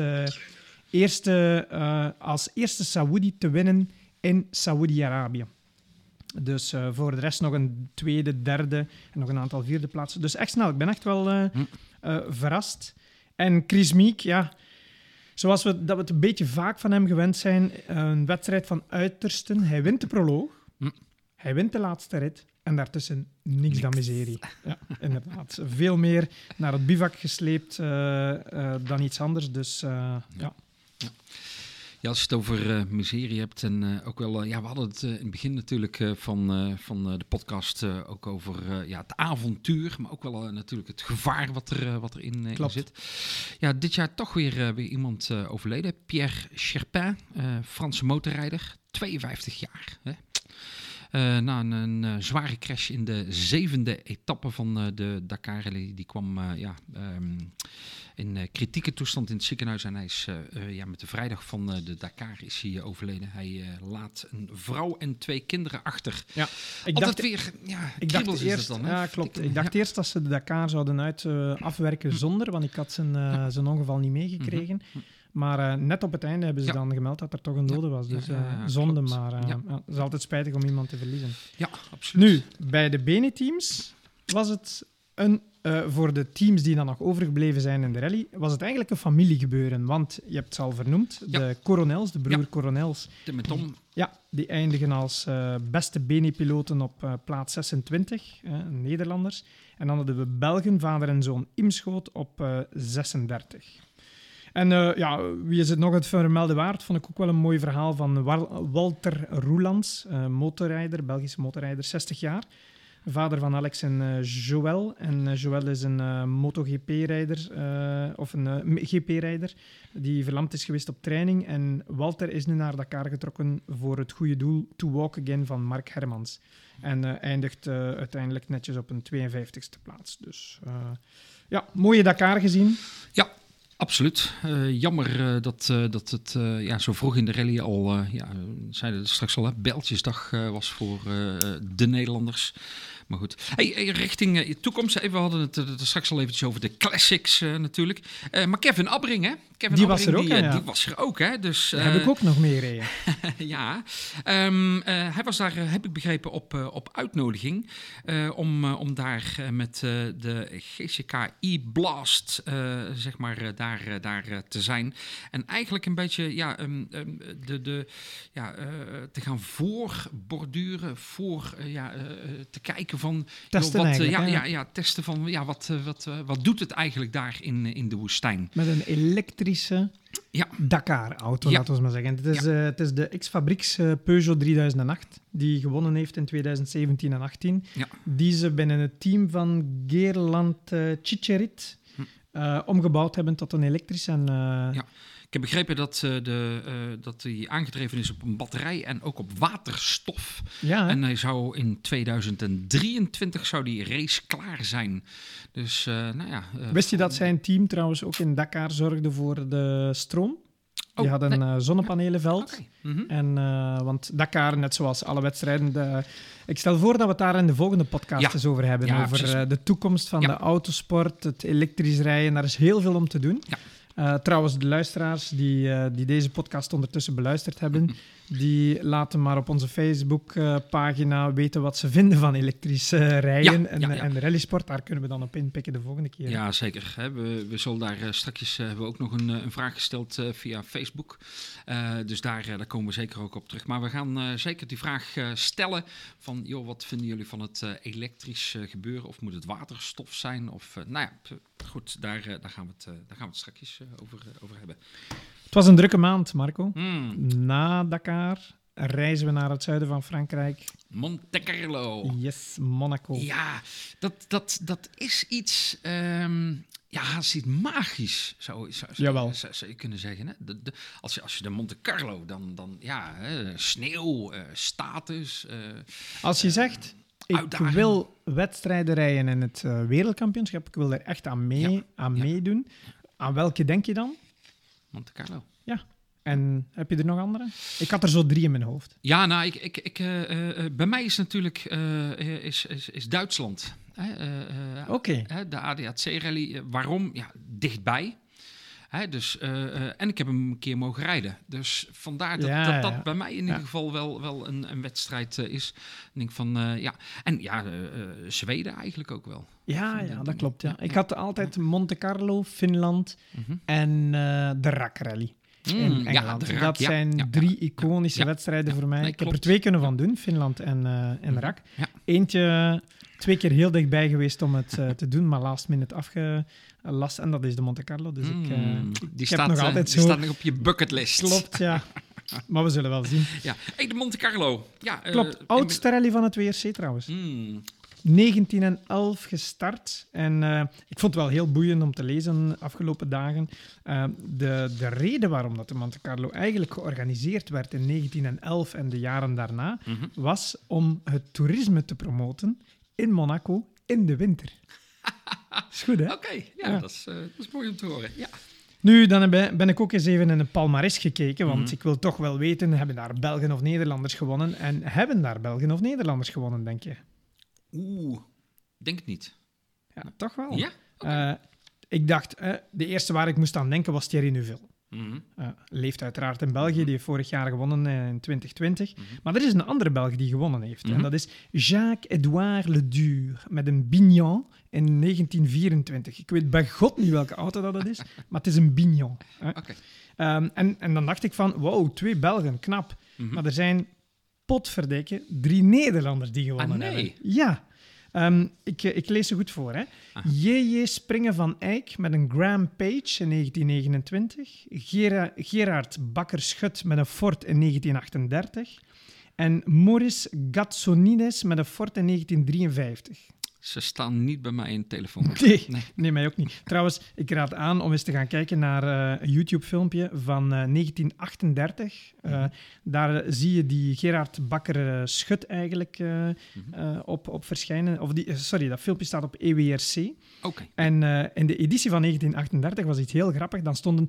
als eerste Saoedi te winnen in Saoedi-Arabië. Dus voor de rest nog een tweede, derde en nog een aantal vierde plaatsen. Dus echt snel. Ik ben echt wel verrast. En Chris Meek, ja, zoals we het een beetje vaak van hem gewend zijn, een wedstrijd van uitersten. Hij wint de proloog, hij wint de laatste rit en daartussen niks dan miserie. Ja, inderdaad. Veel meer naar het bivak gesleept dan iets anders. Dus ja. Ja, als je het over miserie hebt en ook wel... we hadden het in het begin natuurlijk van de podcast ook over het avontuur, maar ook wel natuurlijk het gevaar wat er in zit. Ja, dit jaar toch weer iemand overleden. Pierre Cherpin, Franse motorrijder, 52 jaar. Hè? Na een zware crash in de 7e etappe van de Dakar Rally. Die kwam in kritieke toestand in het ziekenhuis. En hij is met de vrijdag van de Dakar is hij overleden. Hij laat een vrouw en 2 kinderen achter. Ja, ik dacht eerst, dan, hè? Ja, klopt. Ik dacht eerst dat ze de Dakar zouden afwerken zonder, want ik had zijn ongeval niet meegekregen. Maar net op het einde hebben ze dan gemeld dat er toch een dode was. Dus zonde, klopt. Maar het is altijd spijtig om iemand te verliezen. Ja, absoluut. Nu, bij de Bene-teams was het voor de teams die dan nog overgebleven zijn in de rally, was het eigenlijk een familiegebeuren. Want je hebt het al vernoemd, de Coronels, de broer Coronels. Tim en Tom. Ja, die eindigen als beste Bene-piloten op plaats 26, Nederlanders. En dan hadden we Belgen, vader en zoon Imschoot, op 36. En wie is het nog het vermelden waard? Vond ik ook wel een mooi verhaal van Walter Roelands, motorrijder, Belgische motorrijder, 60 jaar. Vader van Alex en Joël. En Joël is een MotoGP-rijder, of een GP-rijder, die verlamd is geweest op training. En Walter is nu naar Dakar getrokken voor het goede doel To Walk Again van Mark Hermans. En eindigt uiteindelijk netjes op een 52e plaats. Dus mooie Dakar gezien. Ja. Absoluut. Jammer dat het zo vroeg in de rally al, zeiden we straks al, Bijltjesdag was voor de Nederlanders. Maar goed. Hey, richting toekomst. We hadden het er straks al eventjes over de classics natuurlijk. Maar Kevin Abbring, hè? Die was er ook, die was er ook, hè? Dus, daar heb ik ook nog mee gereden. Ja. Hij was daar, heb ik begrepen, op uitnodiging. Om daar met de GCK E-Blast, zeg maar, daar te zijn. En eigenlijk een beetje, te gaan voorborduren, te kijken van... Testen testen van, wat doet het eigenlijk daar in de woestijn? Met een elektrische Dakar-auto, laten we maar zeggen. Het is de X-Fabrieks Peugeot 3008, die gewonnen heeft in 2017 en 2018. Ja. Die ze binnen het team van Gerland Cicerit omgebouwd hebben tot een elektrisch. Ik heb begrepen dat die aangedreven is op een batterij en ook op waterstof. Ja, en hij zou in 2023 zou die race klaar zijn. Dus, wist je dat zijn team trouwens ook in Dakar zorgde voor de stroom? Die hadden een zonnepanelenveld. Okay. Mm-hmm. En, want Dakar, net zoals alle wedstrijden... ik stel voor dat we het daar in de volgende podcast eens over hebben. Over de toekomst van de autosport, het elektrisch rijden. Daar is heel veel om te doen. Ja. Trouwens, de luisteraars die deze podcast ondertussen beluisterd hebben, die laten maar op onze Facebook-pagina weten wat ze vinden van elektrisch rijden en de rallysport. Daar kunnen we dan op inpikken de volgende keer. Ja, zeker. Hè. We zullen daar straks hebben we ook nog een vraag gesteld via Facebook. Dus daar komen we zeker ook op terug. Maar we gaan zeker die vraag stellen van, joh, wat vinden jullie van het elektrisch gebeuren? Of moet het waterstof zijn? Of, goed, daar gaan we het straks over hebben. Het was een drukke maand, Marco. Na Dakar reizen we naar het zuiden van Frankrijk. Monte Carlo. Yes, Monaco. Ja, dat is iets... Ja, het ziet magisch, zou je kunnen zeggen. Hè? Als je de Monte Carlo, dan ja, sneeuw, status. Als je zegt, ik uitdaging. wil wedstrijden rijden in het wereldkampioenschap, ik wil er echt aan meedoen. Aan welke denk je dan? Monte Carlo. Ja. En heb je er nog andere? Ik had er zo 3 in mijn hoofd. Ja, nou, bij mij is natuurlijk is Duitsland. Oké. De ADAC-rally. Waarom? Ja, dichtbij. Dus, en ik heb hem een keer mogen rijden. Dus vandaar dat bij mij in ieder geval wel een wedstrijd is. Ik denk van, En ja, Zweden eigenlijk ook wel. Ja, dat klopt. Ja. Ik had altijd Monte Carlo, Finland en de RAC-rally. In Engeland. Dat zijn 3 iconische wedstrijden voor mij. Nee, ik heb er 2 kunnen van doen, Finland en RAC. Ja. Eentje 2 keer heel dichtbij geweest om het te doen, maar last minute afgelast. En dat is de Monte Carlo. Dus die staat nog altijd zo. Die staat nog op je bucketlist. Klopt, ja. Maar we zullen wel zien. Ja. Hey, de Monte Carlo. Ja, klopt, oudste rally van het WRC trouwens. 1911 gestart. En ik vond het wel heel boeiend om te lezen de afgelopen dagen. De reden waarom dat de Monte Carlo eigenlijk georganiseerd werd in 1911 en de jaren daarna, was om het toerisme te promoten in Monaco in de winter. Is goed, hè? Oké, dat is mooi om te horen. Ja. Nu, dan ben ik ook eens even in een palmares gekeken, want ik wil toch wel weten, hebben daar Belgen of Nederlanders gewonnen? En hebben daar Belgen of Nederlanders gewonnen, denk je? Denk het niet. Ja, toch wel. Ja? Okay. Ik dacht, de eerste waar ik moest aan denken was Thierry Neuville. Leeft uiteraard in België, die heeft vorig jaar gewonnen in 2020. Maar er is een andere Belg die gewonnen heeft. En dat is Jacques-Edouard Ledur met een Bignon in 1924. Ik weet bij God niet welke auto dat is, maar het is een Bignon. Okay. En dan dacht ik van, wow, 2 Belgen, knap. Maar er zijn potverdikke 3 Nederlanders die gewonnen hebben. Ja. Ik lees ze goed voor. Hè. J.J. Springen van Eyck met een Graham Page in 1929. Gerard Bakker-Schut met een Ford in 1938. En Maurice Gatsonides met een Ford in 1953. Ze staan niet bij mij in de telefoon. Nee, mij ook niet. Trouwens, ik raad aan om eens te gaan kijken naar een YouTube-filmpje van 1938. Daar zie je die Gerard Bakker-Schut eigenlijk op verschijnen. Dat filmpje staat op EWRC. Okay. En in de editie van 1938 was iets heel grappig. Dan stonden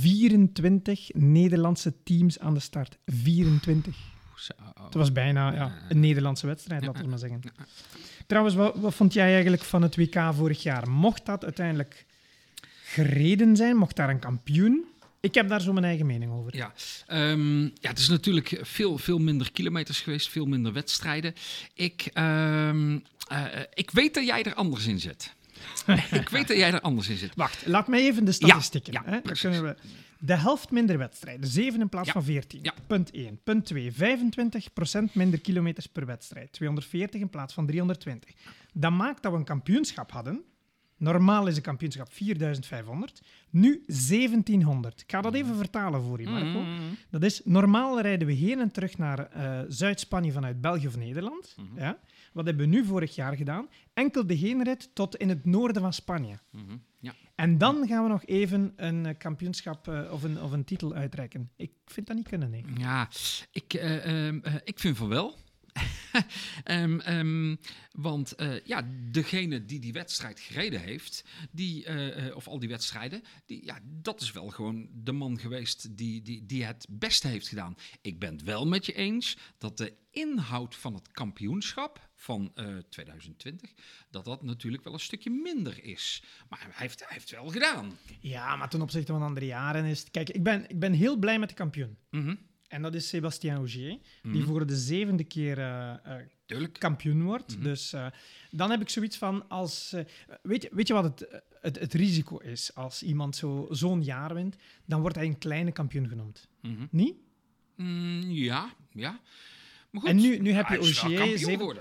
24 Nederlandse teams aan de start. 24. Het was bijna een Nederlandse wedstrijd, laten we maar zeggen. Trouwens, wat vond jij eigenlijk van het WK vorig jaar? Mocht dat uiteindelijk gereden zijn? Mocht daar een kampioen? Ik heb daar zo mijn eigen mening over. Ja, het is natuurlijk veel minder kilometers geweest, veel minder wedstrijden. Ik weet dat jij er anders in zit. Wacht, laat mij even de statistieken. Ja, hè? Dan kunnen we de helft minder wedstrijden, 7 in plaats van 14. Ja. Punt 1. Punt 2, 25% minder kilometers per wedstrijd, 240 in plaats van 320. Dat maakt dat we een kampioenschap hadden. Normaal is een kampioenschap 4.500, nu 1.700. Ik ga dat even vertalen voor je, Marco. Dat is, normaal rijden we heen en terug naar Zuid-Spanje vanuit België of Nederland. Ja? Wat hebben we nu vorig jaar gedaan? Enkel de heenrit tot in het noorden van Spanje. Ja. En dan gaan we nog even een kampioenschap of een titel uitreiken. Ik vind dat niet kunnen, nee. Ja, ik vind van wel. Want degene die wedstrijd gereden heeft, of al die wedstrijden, dat is wel gewoon de man geweest die het beste heeft gedaan. Ik ben het wel met je eens dat de inhoud van het kampioenschap van 2020, dat natuurlijk wel een stukje minder is. Maar hij heeft wel gedaan. Ja, maar ten opzichte van andere jaren is het... Kijk, ik ben heel blij met de kampioen. En dat is Sébastien Ogier, die voor de 7e keer kampioen wordt. Dus dan heb ik zoiets van, weet je wat het risico is? Als iemand zo'n jaar wint, dan wordt hij een kleine kampioen genoemd. Niet? Ja. Maar goed, en nu heb je Ogier... geworden.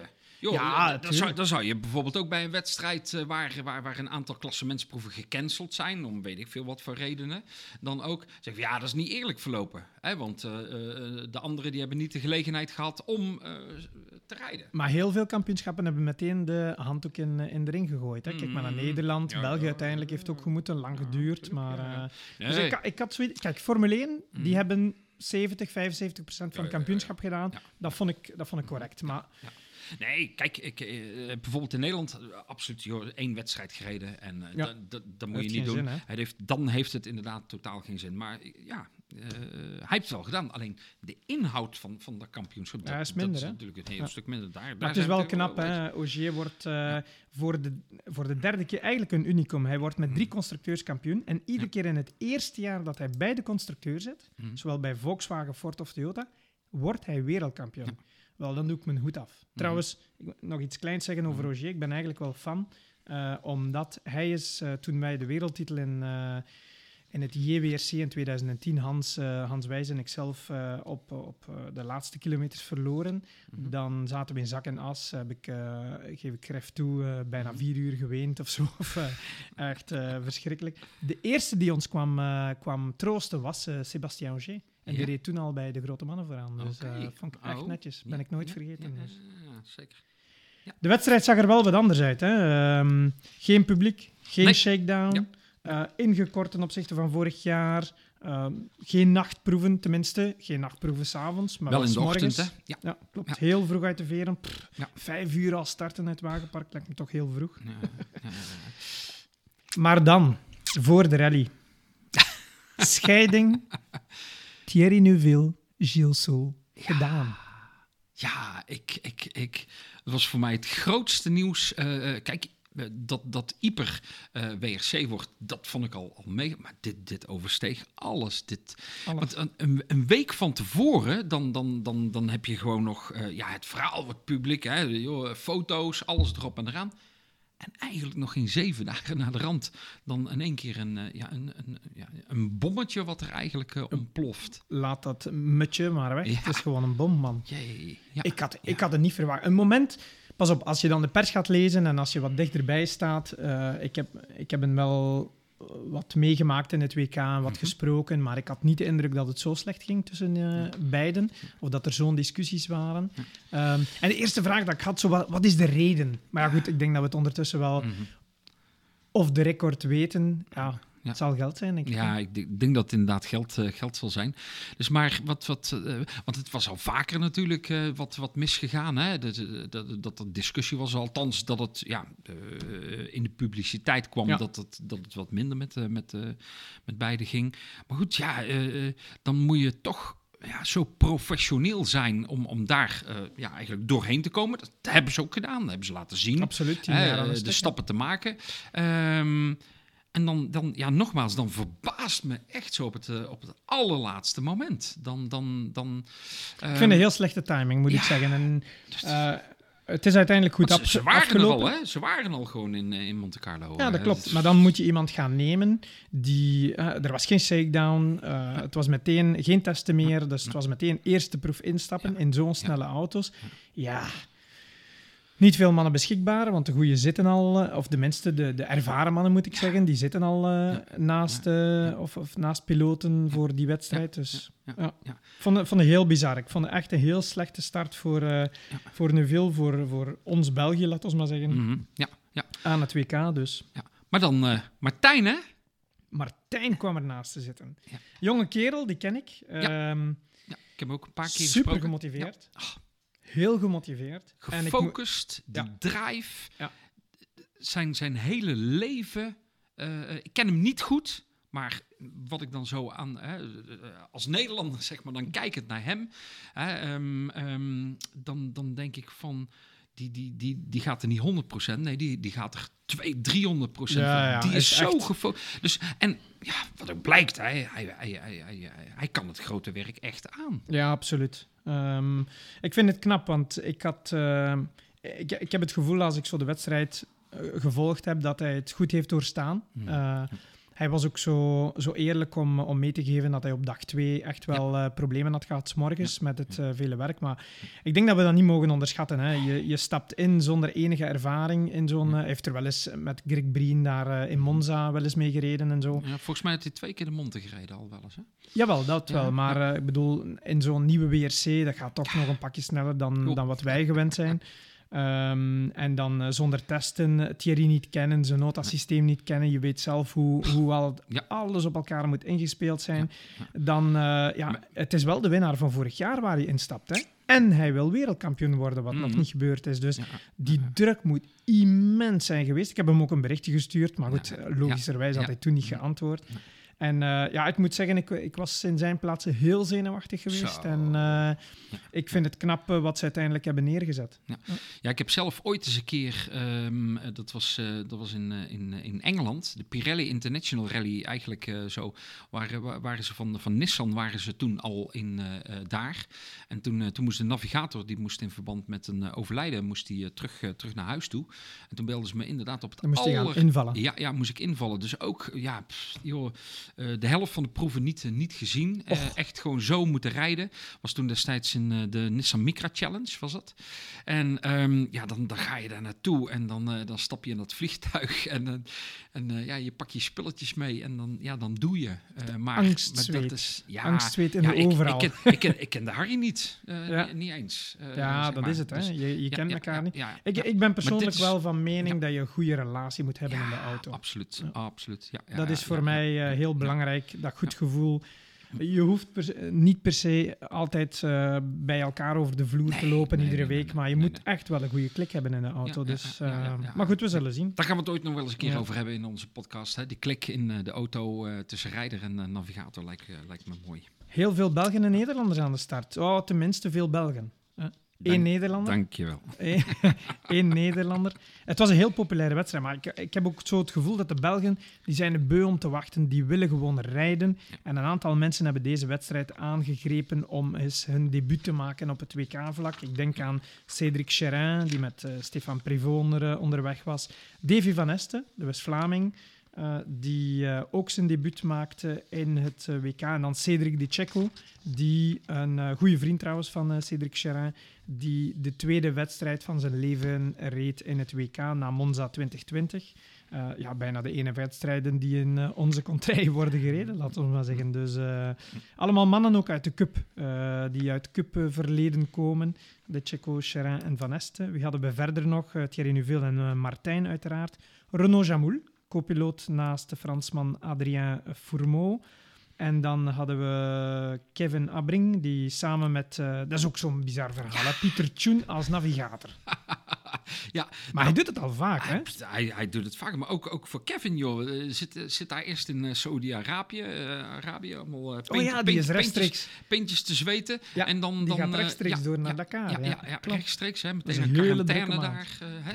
Joh, Ja, dan zou je bijvoorbeeld ook bij een wedstrijd waar een aantal klassementsproeven gecanceld zijn, om weet ik veel wat voor redenen, dan ook zeggen dat is niet eerlijk verlopen. Hè? Want de anderen die hebben niet de gelegenheid gehad om te rijden. Maar heel veel kampioenschappen hebben meteen de handdoek in de ring gegooid. Hè. Kijk maar naar Nederland. België uiteindelijk heeft ook gemoeten, lang geduurd. Maar, Dus ik had zoiets... Kijk, Formule 1, die hebben 70-75% van het kampioenschap gedaan. Ja. Dat vond ik correct. Maar... Ja. Nee, kijk, bijvoorbeeld in Nederland absoluut 1 wedstrijd gereden. En dat moet je niet doen. Zin, dan heeft het inderdaad totaal geen zin. Maar hij heeft het wel gedaan. Alleen de inhoud van dat kampioenschap, dat is minder, dat is natuurlijk een heel stuk minder. Daar het is wel knap, hè. Ogier wordt voor de derde keer eigenlijk een unicum. Hij wordt met 3 constructeurs kampioen. En iedere keer in het eerste jaar dat hij bij de constructeur zit, zowel bij Volkswagen, Ford of Toyota, wordt hij wereldkampioen. Ja. Wel, dan doe ik mijn hoed af. Trouwens, ik wil nog iets kleins zeggen over Ogier. Ik ben eigenlijk wel fan, omdat hij is, toen wij de wereldtitel in het JWRC in 2010, Hans Wijs en ikzelf op de laatste kilometers verloren. Dan zaten we in zak en as. Geef ik gref toe, bijna 4 uur geweend of zo. Echt verschrikkelijk. De eerste die ons kwam troosten was Sébastien Ogier. En die reed toen al bij de grote mannen vooraan. Dus vond ik echt netjes. Ben ik nooit vergeten. Dus. Ja, zeker. Ja. De wedstrijd zag er wel wat anders uit. Hè? Geen publiek, geen shakedown. Ja. Ingekort ten opzichte van vorig jaar. Geen nachtproeven, tenminste. Geen nachtproeven 's avonds, maar wel in de morgens. Ochtend, hè? Ja, klopt. Ja. Heel vroeg uit de veren. 5 uur al starten uit het wagenpark lijkt me toch heel vroeg. Ja. Maar dan, voor de rally. Scheiding. Thierry Neuville, Gilles Soul, gedaan. Ja, het was voor mij het grootste nieuws. Kijk, dat Ieper WRC wordt, dat vond ik al mee. Maar dit oversteeg alles. Want een week van tevoren, dan heb je gewoon nog het verhaal, het publiek, foto's, alles erop en eraan. En eigenlijk nog geen 7 dagen na de rand dan in één keer een bommetje wat er eigenlijk ontploft. Laat dat mutje maar weg. Ja. Het is gewoon een bom, man. Ja. Ik had het niet verwacht. Een moment... Pas op, als je dan de pers gaat lezen en als je wat dichterbij staat... Ik heb hem wel wat meegemaakt in het WK en wat gesproken, maar ik had niet de indruk dat het zo slecht ging tussen beiden, of dat er zo'n discussies waren. En de eerste vraag dat ik had, wat is de reden? Maar ja, goed, ik denk dat we het ondertussen wel of de record weten. Ja, het zal geld zijn, denk ik. Ja, ik denk dat het inderdaad geld zal zijn. Dus maar want het was al vaker natuurlijk wat misgegaan. Hè? Dat er discussie was, althans dat het in de publiciteit kwam dat het wat minder met beide ging. Maar goed, dan moet je toch zo professioneel zijn om daar eigenlijk doorheen te komen. Dat hebben ze ook gedaan, dat hebben ze laten zien. Absoluut, de stappen te maken. En dan nogmaals, dan verbaast me echt zo op het allerlaatste moment. Ik vind het een heel slechte timing, moet ik zeggen. En, het is uiteindelijk goed afgelopen. Er al, ze waren al gewoon in Monte Carlo. Ja, dat klopt. Maar dan moet je iemand gaan nemen die... er was geen shakedown, het was meteen geen testen meer, dus het was meteen eerste proef instappen in zo'n snelle auto's. Ja... Niet veel mannen beschikbaar, want de goeie zitten al, of tenminste de ervaren mannen moet ik zeggen, die zitten al naast piloten voor die wedstrijd. Dus vond het heel bizar. Ik vond het echt een heel slechte start voor Neuville, voor ons België, laat ons maar zeggen. Mm-hmm. Aan het WK dus. Ja. Maar dan Martijn, hè? Martijn kwam ernaast te zitten. Ja. Jonge kerel, die ken ik. Ik heb hem ook een paar keer super gemotiveerd. Ja. Heel gemotiveerd. Gefocust, drive. Ja. Zijn hele leven. Ik ken hem niet goed, maar wat ik dan zo aan... als Nederlander, zeg maar, dan kijkend naar hem... dan denk ik van... Die gaat er niet 100%. Nee, die gaat er 200-300%. Ja, die is zo gefocust. Dus, en wat ook blijkt, hij kan het grote werk echt aan. Ja, absoluut. Ik vind het knap, want ik heb het gevoel als ik zo de wedstrijd gevolgd heb, dat hij het goed heeft doorstaan. Hij hij was ook zo eerlijk om mee te geven dat hij op dag 2 echt wel problemen had gehad 's morgens met het vele werk. Maar ik denk dat we dat niet mogen onderschatten. Hè. Je stapt in zonder enige ervaring in zo'n... Hij heeft er wel eens met Greg Breen daar in Monza wel eens mee gereden en zo. Ja, volgens mij heeft hij 2 keer de Monte gereden al wel eens. Hè? Jawel, dat wel. Maar ik bedoel, in zo'n nieuwe WRC, dat gaat toch nog een pakje sneller dan wat wij gewend zijn. En dan zonder testen, Thierry niet kennen, zijn notasysteem niet kennen. Je weet zelf hoe alles op elkaar moet ingespeeld zijn. Dan, het is wel de winnaar van vorig jaar waar hij instapt. Hè? En hij wil wereldkampioen worden, wat nog niet gebeurd is. Dus die druk moet immens zijn geweest. Ik heb hem ook een berichtje gestuurd, maar goed, logischerwijs had hij toen niet geantwoord. En ik moet zeggen, ik was in zijn plaats heel zenuwachtig geweest. Zo. En ik vind het knap wat ze uiteindelijk hebben neergezet. Ja, ik heb zelf ooit eens een keer, dat was in Engeland, de Pirelli International Rally eigenlijk zo, waren ze van Nissan waren ze toen al daar. En toen moest de navigator, die moest in verband met een overlijden, moest die terug naar huis toe. En toen belden ze me inderdaad op het moest hij gaan invallen. Ja, moest ik invallen. Dus ook, de helft van de proeven niet gezien. Echt gewoon zo moeten rijden. Was toen destijds in de Nissan Micra Challenge, was dat. En dan ga je daar naartoe en dan stap je in dat vliegtuig en je pak je spulletjes mee en dan doe je. Angstzweet. Dat is, angstzweet in de overal. Ik ken de Harry niet. Niet eens. Dat is het. Hè? Je kent elkaar niet. Ik ben persoonlijk wel van mening dat je een goede relatie moet hebben in de auto. Absoluut. Dat is voor mij heel belangrijk, dat goed gevoel. Je hoeft niet per se altijd bij elkaar over de vloer te lopen iedere week, maar je moet echt wel een goede klik hebben in de auto. Maar goed, we zullen zien. Daar gaan we het ooit nog wel eens een keer over hebben in onze podcast. Hè? Die klik in de auto tussen rijder en navigator lijkt me mooi. Heel veel Belgen en Nederlanders aan de start. Tenminste veel Belgen. 1 Nederlander. Dankjewel. 1 Nederlander. Het was een heel populaire wedstrijd, maar ik heb ook zo het gevoel dat de Belgen, die zijn er beu om te wachten, die willen gewoon rijden. En een aantal mensen hebben deze wedstrijd aangegrepen om eens hun debuut te maken op het WK-vlak. Ik denk aan Cédric Cherin, die met Stefan Prevot onderweg was. Davy van Este, de West-Vlaming, die ook zijn debuut maakte in het WK. En dan Cédric de Checo, die een goede vriend trouwens van Cédric Cherin, die de tweede wedstrijd van zijn leven reed in het WK na Monza 2020. Bijna de ene wedstrijden die in onze contrée worden gereden, laten we maar zeggen. Dus allemaal mannen ook uit de Cup, die uit Cup-verleden komen. De Checo, Cherin en Van Este. Wie hadden we verder nog? Thierry Neuville en Martijn uiteraard. Renaud Jamoul, copiloot naast de Fransman Adrien Fourmeau. En dan hadden we Kevin Abring, die samen met... dat is ook zo'n bizar verhaal, hè? Pieter Tjoen als navigator. Maar hij doet het al vaak, hè? Hij doet het vaak, maar ook voor Kevin, joh. Zit daar eerst in Saudi-Arabië, allemaal die is rechtstreeks. Pintjes te zweten. Ja, en dan gaat rechtstreeks door naar Dakar. Rechtstreeks, hè, meteen een quarantaine daar.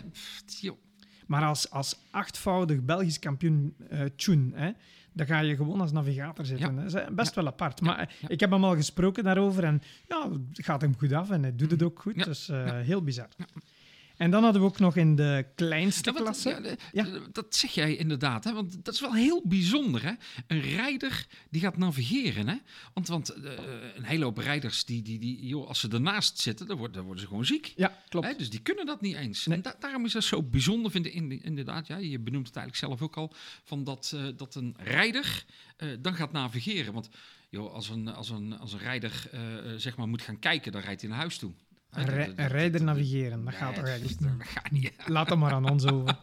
Maar als 8-voudig Belgisch kampioen Tjoen, hè, dan ga je gewoon als navigator zitten. Dat is best wel apart. Maar ik heb hem al gesproken daarover en het gaat hem goed af en hij doet het ook goed. Dus heel bizar. En dan hadden we ook nog in de kleinste klasse... Dat zeg jij inderdaad, hè? Want dat is wel heel bijzonder. Hè? Een rijder die gaat navigeren. Hè? Want een hele hoop rijders, als ze ernaast zitten, dan worden ze gewoon ziek. Ja, klopt. Hè? Dus die kunnen dat niet eens. Nee. En daarom is dat zo bijzonder, vind ik inderdaad. Ja, je benoemt het eigenlijk zelf ook al, van dat een rijder dan gaat navigeren. Want als een rijder zeg maar moet gaan kijken, dan rijdt hij naar huis toe. Een rijder navigeren, dat gaat toch eigenlijk niet. Dat gaat niet. Laat hem maar aan ons over.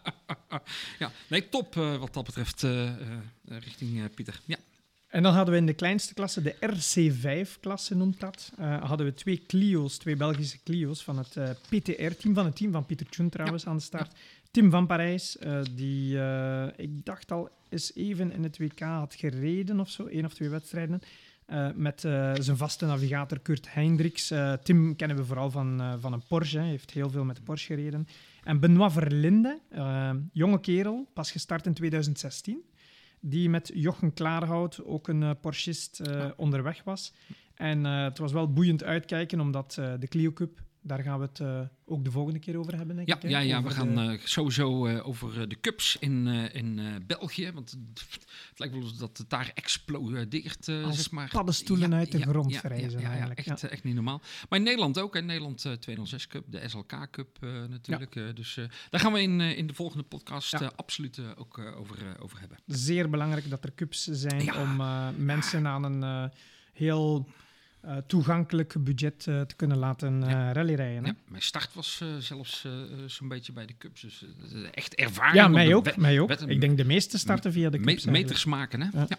Top wat dat betreft richting Pieter. Ja. En dan hadden we in de kleinste klasse, de RC5-klasse noemt dat, hadden we 2 Belgische Clio's van het PTR-team, van het team van Pieter Tjoen trouwens aan de start. Tim van Parijs, die ik dacht al eens even in het WK had gereden of zo, 1 of 2 wedstrijden. Met zijn vaste navigator Kurt Hendricks. Tim kennen we vooral van een Porsche. Hij heeft heel veel met de Porsche gereden. En Benoit Verlinde, jonge kerel, pas gestart in 2016. Die met Jochen Klaarhout, ook een Porschist, onderweg was. En het was wel boeiend uitkijken, omdat de Clio Cup Daar gaan we het ook de volgende keer over hebben, denk ik. Hè? Ja, we Over gaan sowieso over de cups in België. Want het lijkt wel dat het daar explodeert. als zeg maar. paddenstoelen uit de grond verrijzen. Eigenlijk. Echt niet normaal. Maar in Nederland ook. In Nederland 206 Cup, de SLK Cup natuurlijk. Dus daar gaan we in de volgende podcast absoluut ook over hebben. Zeer belangrijk dat er cups zijn om mensen aan een heel toegankelijk budget te kunnen laten rallyrijden. Hè? Ja, mijn start was zelfs zo'n beetje bij de cups. Dus echt ervaring. Ja, mij ook. Ik denk de meeste starten via de cups. Meters maken, hè? Ja.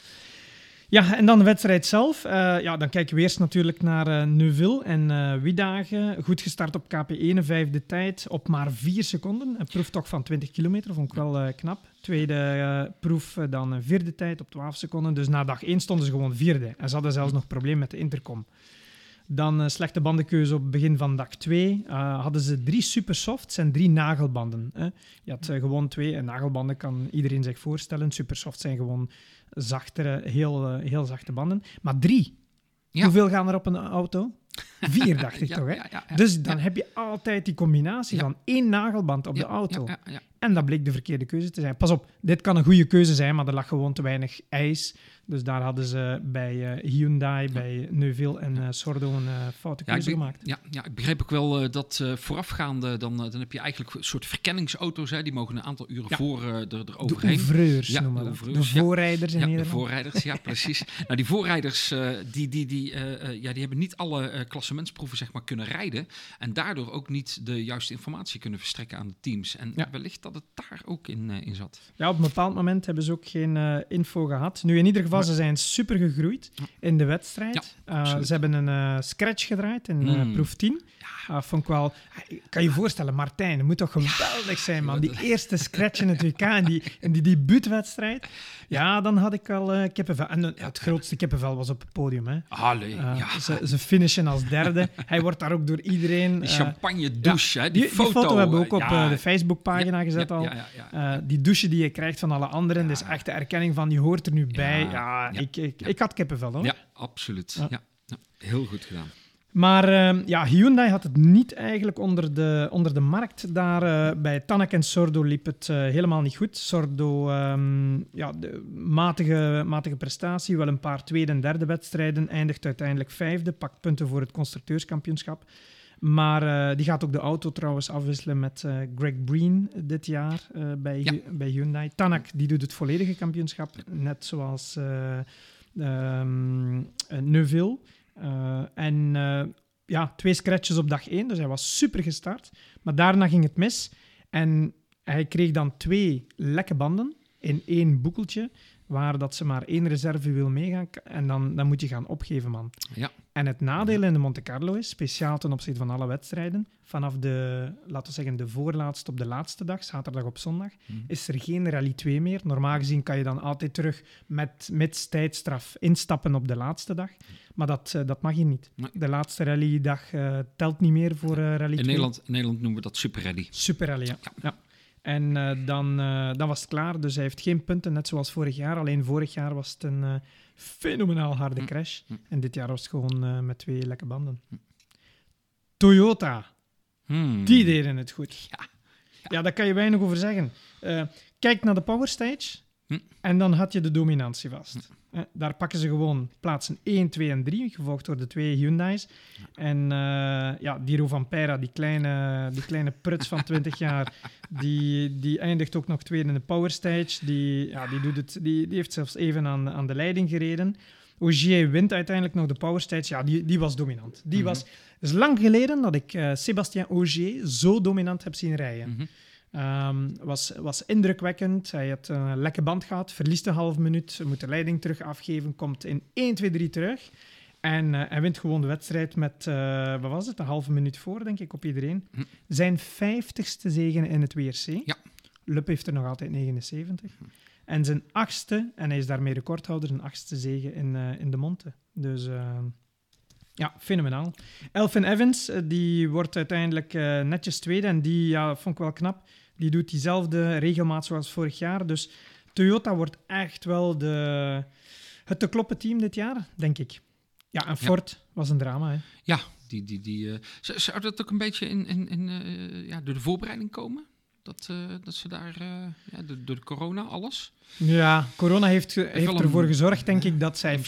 Ja, en dan de wedstrijd zelf. Dan kijken we eerst natuurlijk naar Neuville en Wiedage. Goed gestart op KP1, vijfde tijd op maar 4 seconden. Een proeftocht van 20 kilometer, vond ik wel knap. Tweede proef dan vierde tijd op 12 seconden. Dus na dag 1 stonden ze gewoon vierde. En ze hadden zelfs nog een probleem met de intercom. Dan slechte bandenkeuze op het begin van dag 2. Hadden ze 3 supersofts en 3 nagelbanden. Je had gewoon 2. En nagelbanden kan iedereen zich voorstellen. Supersofts zijn gewoon zachtere, heel zachte banden. Maar 3. Ja. Hoeveel gaan er op een auto? 4, dacht ik toch, hè? Ja. Dus dan heb je altijd die combinatie van 1 nagelband op de auto. Ja. En dat bleek de verkeerde keuze te zijn. Pas op, dit kan een goede keuze zijn, maar er lag gewoon te weinig ijs. Dus daar hadden ze bij Hyundai, bij Neuville en Sordo een foute keuze gemaakt. Ja, ik begreep ook wel dat voorafgaande, dan heb je eigenlijk een soort verkenningsauto's. Hè, die mogen een aantal uren voor er overheen. De ouvreurs noemen we dat. De voorrijders in Nederland. De voorrijders, ja, precies. Nou, die voorrijders, die hebben niet alle klassementsproeven zeg maar, kunnen rijden. En daardoor ook niet de juiste informatie kunnen verstrekken aan de teams. En wellicht dat het daar ook in zat. Ja, op een bepaald moment hebben ze ook geen info gehad. Nu, in ieder geval, ze zijn super gegroeid in de wedstrijd. Ze hebben een scratch gedraaid in proef 10. Vond ik wel... Kan je je voorstellen, Martijn, het moet toch geweldig zijn, man. Die eerste scratch in het WK en die debuutwedstrijd. Ja, dan had ik al kippenvel. En het grootste kippenvel was op het podium. Hè. Ze finishen als derde. Hij wordt daar ook door iedereen... Die champagne douche, hè, die foto hebben we ook op de Facebookpagina gezet al. Die douche die je krijgt van alle anderen, dat is echt de erkenning van, die hoort er nu bij. Ik had kippenvel, hoor. Ja, absoluut. Ja, heel goed gedaan. Maar Hyundai had het niet eigenlijk onder de markt. Daar bij Tanak en Sordo liep het helemaal niet goed. Sordo, de matige prestatie, wel een paar tweede en derde wedstrijden, eindigt uiteindelijk vijfde, pakt punten voor het constructeurskampioenschap. Maar die gaat ook de auto trouwens afwisselen met Greg Breen dit jaar bij Hyundai. Tanak die doet het volledige kampioenschap, net zoals Neuville. 2 scratches op dag 1, dus hij was super gestart. Maar daarna ging het mis en hij kreeg dan 2 lekke banden in 1 boekeltje, waar dat ze maar 1 reserve wil meegaan en dan moet je gaan opgeven, man. Ja. En het nadeel in de Monte Carlo is, speciaal ten opzichte van alle wedstrijden, vanaf de voorlaatste op de laatste dag, zaterdag op zondag, is er geen Rally 2 meer. Normaal gezien kan je dan altijd terug met tijdstraf instappen op de laatste dag. Maar dat mag hier niet. Nee. De laatste rallydag telt niet meer voor Rally 2. In Nederland noemen we dat Super Rally. Super Rally, ja. En dan was het klaar. Dus hij heeft geen punten, net zoals vorig jaar. Alleen vorig jaar was het een fenomenaal harde crash. En dit jaar was het gewoon met 2 lekke banden. Toyota. Die deden het goed. Ja, daar kan je weinig over zeggen. Kijk naar de Power Stage. En dan had je de dominantie vast. Daar pakken ze gewoon plaatsen 1, 2 en 3, gevolgd door de 2 Hyundai's. En die Rovanpera, die kleine pruts van 20 jaar, die eindigt ook nog tweede in de Power Stage. Die heeft zelfs even aan de leiding gereden. Ogier wint uiteindelijk nog de Power Stage. Ja, die was dominant. Het is lang geleden dat ik Sébastien Ogier zo dominant heb zien rijden. Was indrukwekkend. Hij had een lekke band gehad, verliest een half minuut, moet de leiding terug afgeven, komt in 1, 2, 3 terug. En hij wint gewoon de wedstrijd met, een halve minuut voor, denk ik, op iedereen. Zijn 50ste zegen in het WRC. Ja. Lup heeft er nog altijd 79. En zijn 8ste, en hij is daarmee recordhouder, zijn 8ste zegen in de Monte. Dus... fenomenaal. Elfyn Evans, die wordt uiteindelijk netjes tweede. En die vond ik wel knap. Die doet diezelfde regelmaat zoals vorig jaar. Dus Toyota wordt echt wel het te kloppen team dit jaar, denk ik. Ja, en Ford was een drama. Hè? Ja, Zou dat ook een beetje door de voorbereiding komen? Dat ze daar, door de corona, alles? Ja, corona heeft ervoor gezorgd, denk ik, dat zij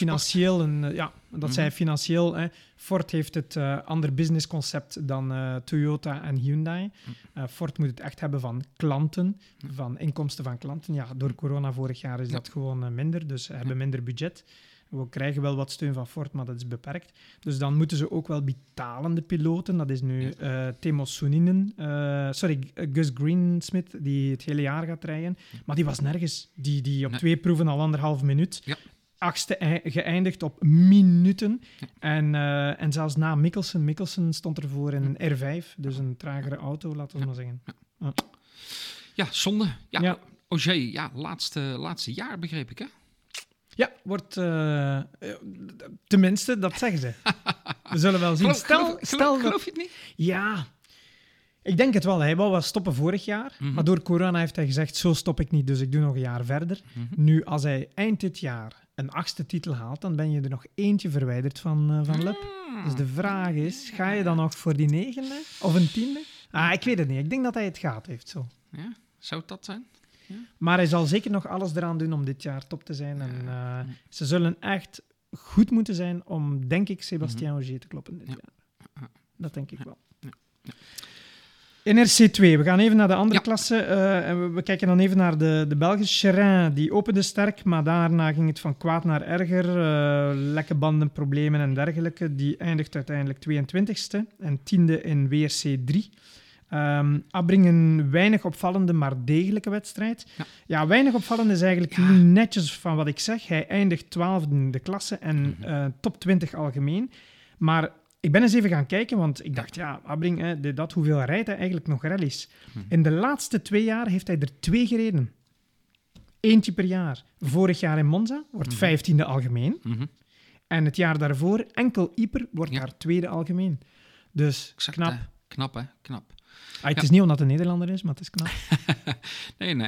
financieel... Ford heeft het ander businessconcept dan Toyota en Hyundai. Ford moet het echt hebben van klanten, van inkomsten van klanten. Ja, door corona vorig jaar is dat gewoon minder, dus ze hebben minder budget. We krijgen wel wat steun van Ford, maar dat is beperkt. Dus dan moeten ze ook wel betalende piloten. Dat is nu Timo Soeninen, Gus Greensmith, die het hele jaar gaat rijden. Maar die was nergens. Die op 2 proeven al 1,5 minuut. Ja. 8e geëindigd op minuten. Ja. En zelfs na Mikkelsen. Mikkelsen stond ervoor in een R5, dus een tragere auto, laten we maar zeggen. Ja, zonde. Ja. Ogier, laatste jaar begreep ik, hè? Ja, wordt... tenminste, dat zeggen ze. We zullen wel zien. Geloof je het niet? Ja, ik denk het wel. Hij wou wel stoppen vorig jaar, maar door corona heeft hij gezegd, zo stop ik niet, dus ik doe nog een jaar verder. Nu, als hij eind dit jaar een 8e titel haalt, dan ben je er nog eentje verwijderd van Lep. Dus de vraag is, ga je dan nog voor die 9e of een 10e? Ik weet het niet. Ik denk dat hij het gaat heeft zo. Ja, zou het dat zijn? Ja. Maar hij zal zeker nog alles eraan doen om dit jaar top te zijn. En ze zullen echt goed moeten zijn om, denk ik, Sébastien Ogier te kloppen dit jaar. Dat denk ik wel. In RC2, we gaan even naar de andere klasse. We kijken dan even naar de Belgische. Cherain, die opende sterk, maar daarna ging het van kwaad naar erger. Lekke banden, problemen en dergelijke. Die eindigt uiteindelijk 22e en 10e in WRC 3. Abbring een weinig opvallende, maar degelijke wedstrijd. Ja, weinig opvallende is eigenlijk niet netjes van wat ik zeg. Hij eindigt 12e in de klasse en top 20 algemeen. Maar ik ben eens even gaan kijken, want ik dacht, Abbring, hoeveel rijdt hij eigenlijk nog rallies? In de laatste 2 jaar heeft hij er 2 gereden. Eentje per jaar. Vorig jaar in Monza wordt 15e algemeen. En het jaar daarvoor, enkel Yper, wordt daar 2e algemeen. Dus exact, knap. Knap, hè? Knap. Het is niet omdat het een Nederlander is, maar het is knap. Nee,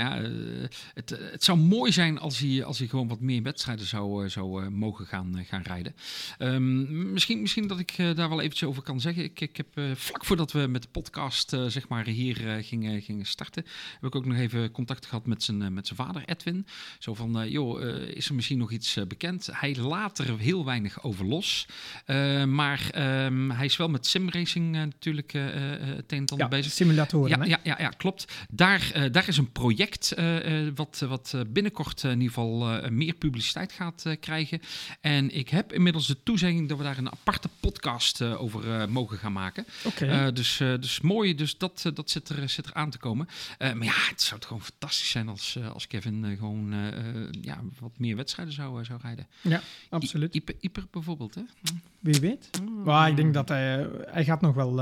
het zou mooi zijn als hij gewoon wat meer wedstrijden zou mogen gaan rijden. Misschien dat ik daar wel eventjes over kan zeggen. Ik heb vlak voordat we met de podcast hier gingen starten, heb ik ook nog even contact gehad met zijn vader Edwin. Zo van, is er misschien nog iets bekend? Hij laat er heel weinig over los. Maar hij is wel met simracing natuurlijk het een en ander bezig. Simulatoren, ja, klopt. Daar is een project wat binnenkort in ieder geval meer publiciteit gaat krijgen. En ik heb inmiddels de toezegging dat we daar een aparte podcast over mogen gaan maken. Okay. Dus mooi, dus dat zit er aan te komen. Maar ja, het zou gewoon fantastisch zijn als Kevin gewoon wat meer wedstrijden zou rijden. Ja, absoluut. Yper bijvoorbeeld, hè? Wie weet. Ik denk dat hij gaat nog wel,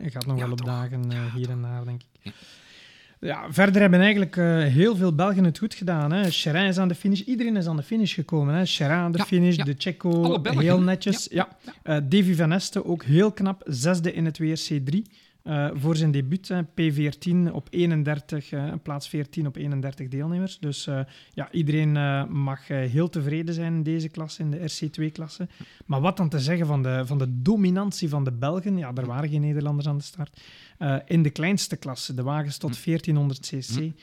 opdagen hier en daar, denk ik. Ja, verder hebben eigenlijk heel veel Belgen het goed gedaan. Hè. Cherain is aan de finish. Iedereen is aan de finish gekomen. Hè. Cherain aan de finish, de Checo heel netjes. Davy Van Este ook heel knap. 6e in het WRC 3. Voor zijn debuut, P14 op 31, plaats 14 op 31 deelnemers. Dus iedereen mag heel tevreden zijn in deze klasse, in de RC2-klasse. Maar wat dan te zeggen van de dominantie van de Belgen? Ja, er waren geen Nederlanders aan de start. In de kleinste klasse, de wagens tot 1400 cc.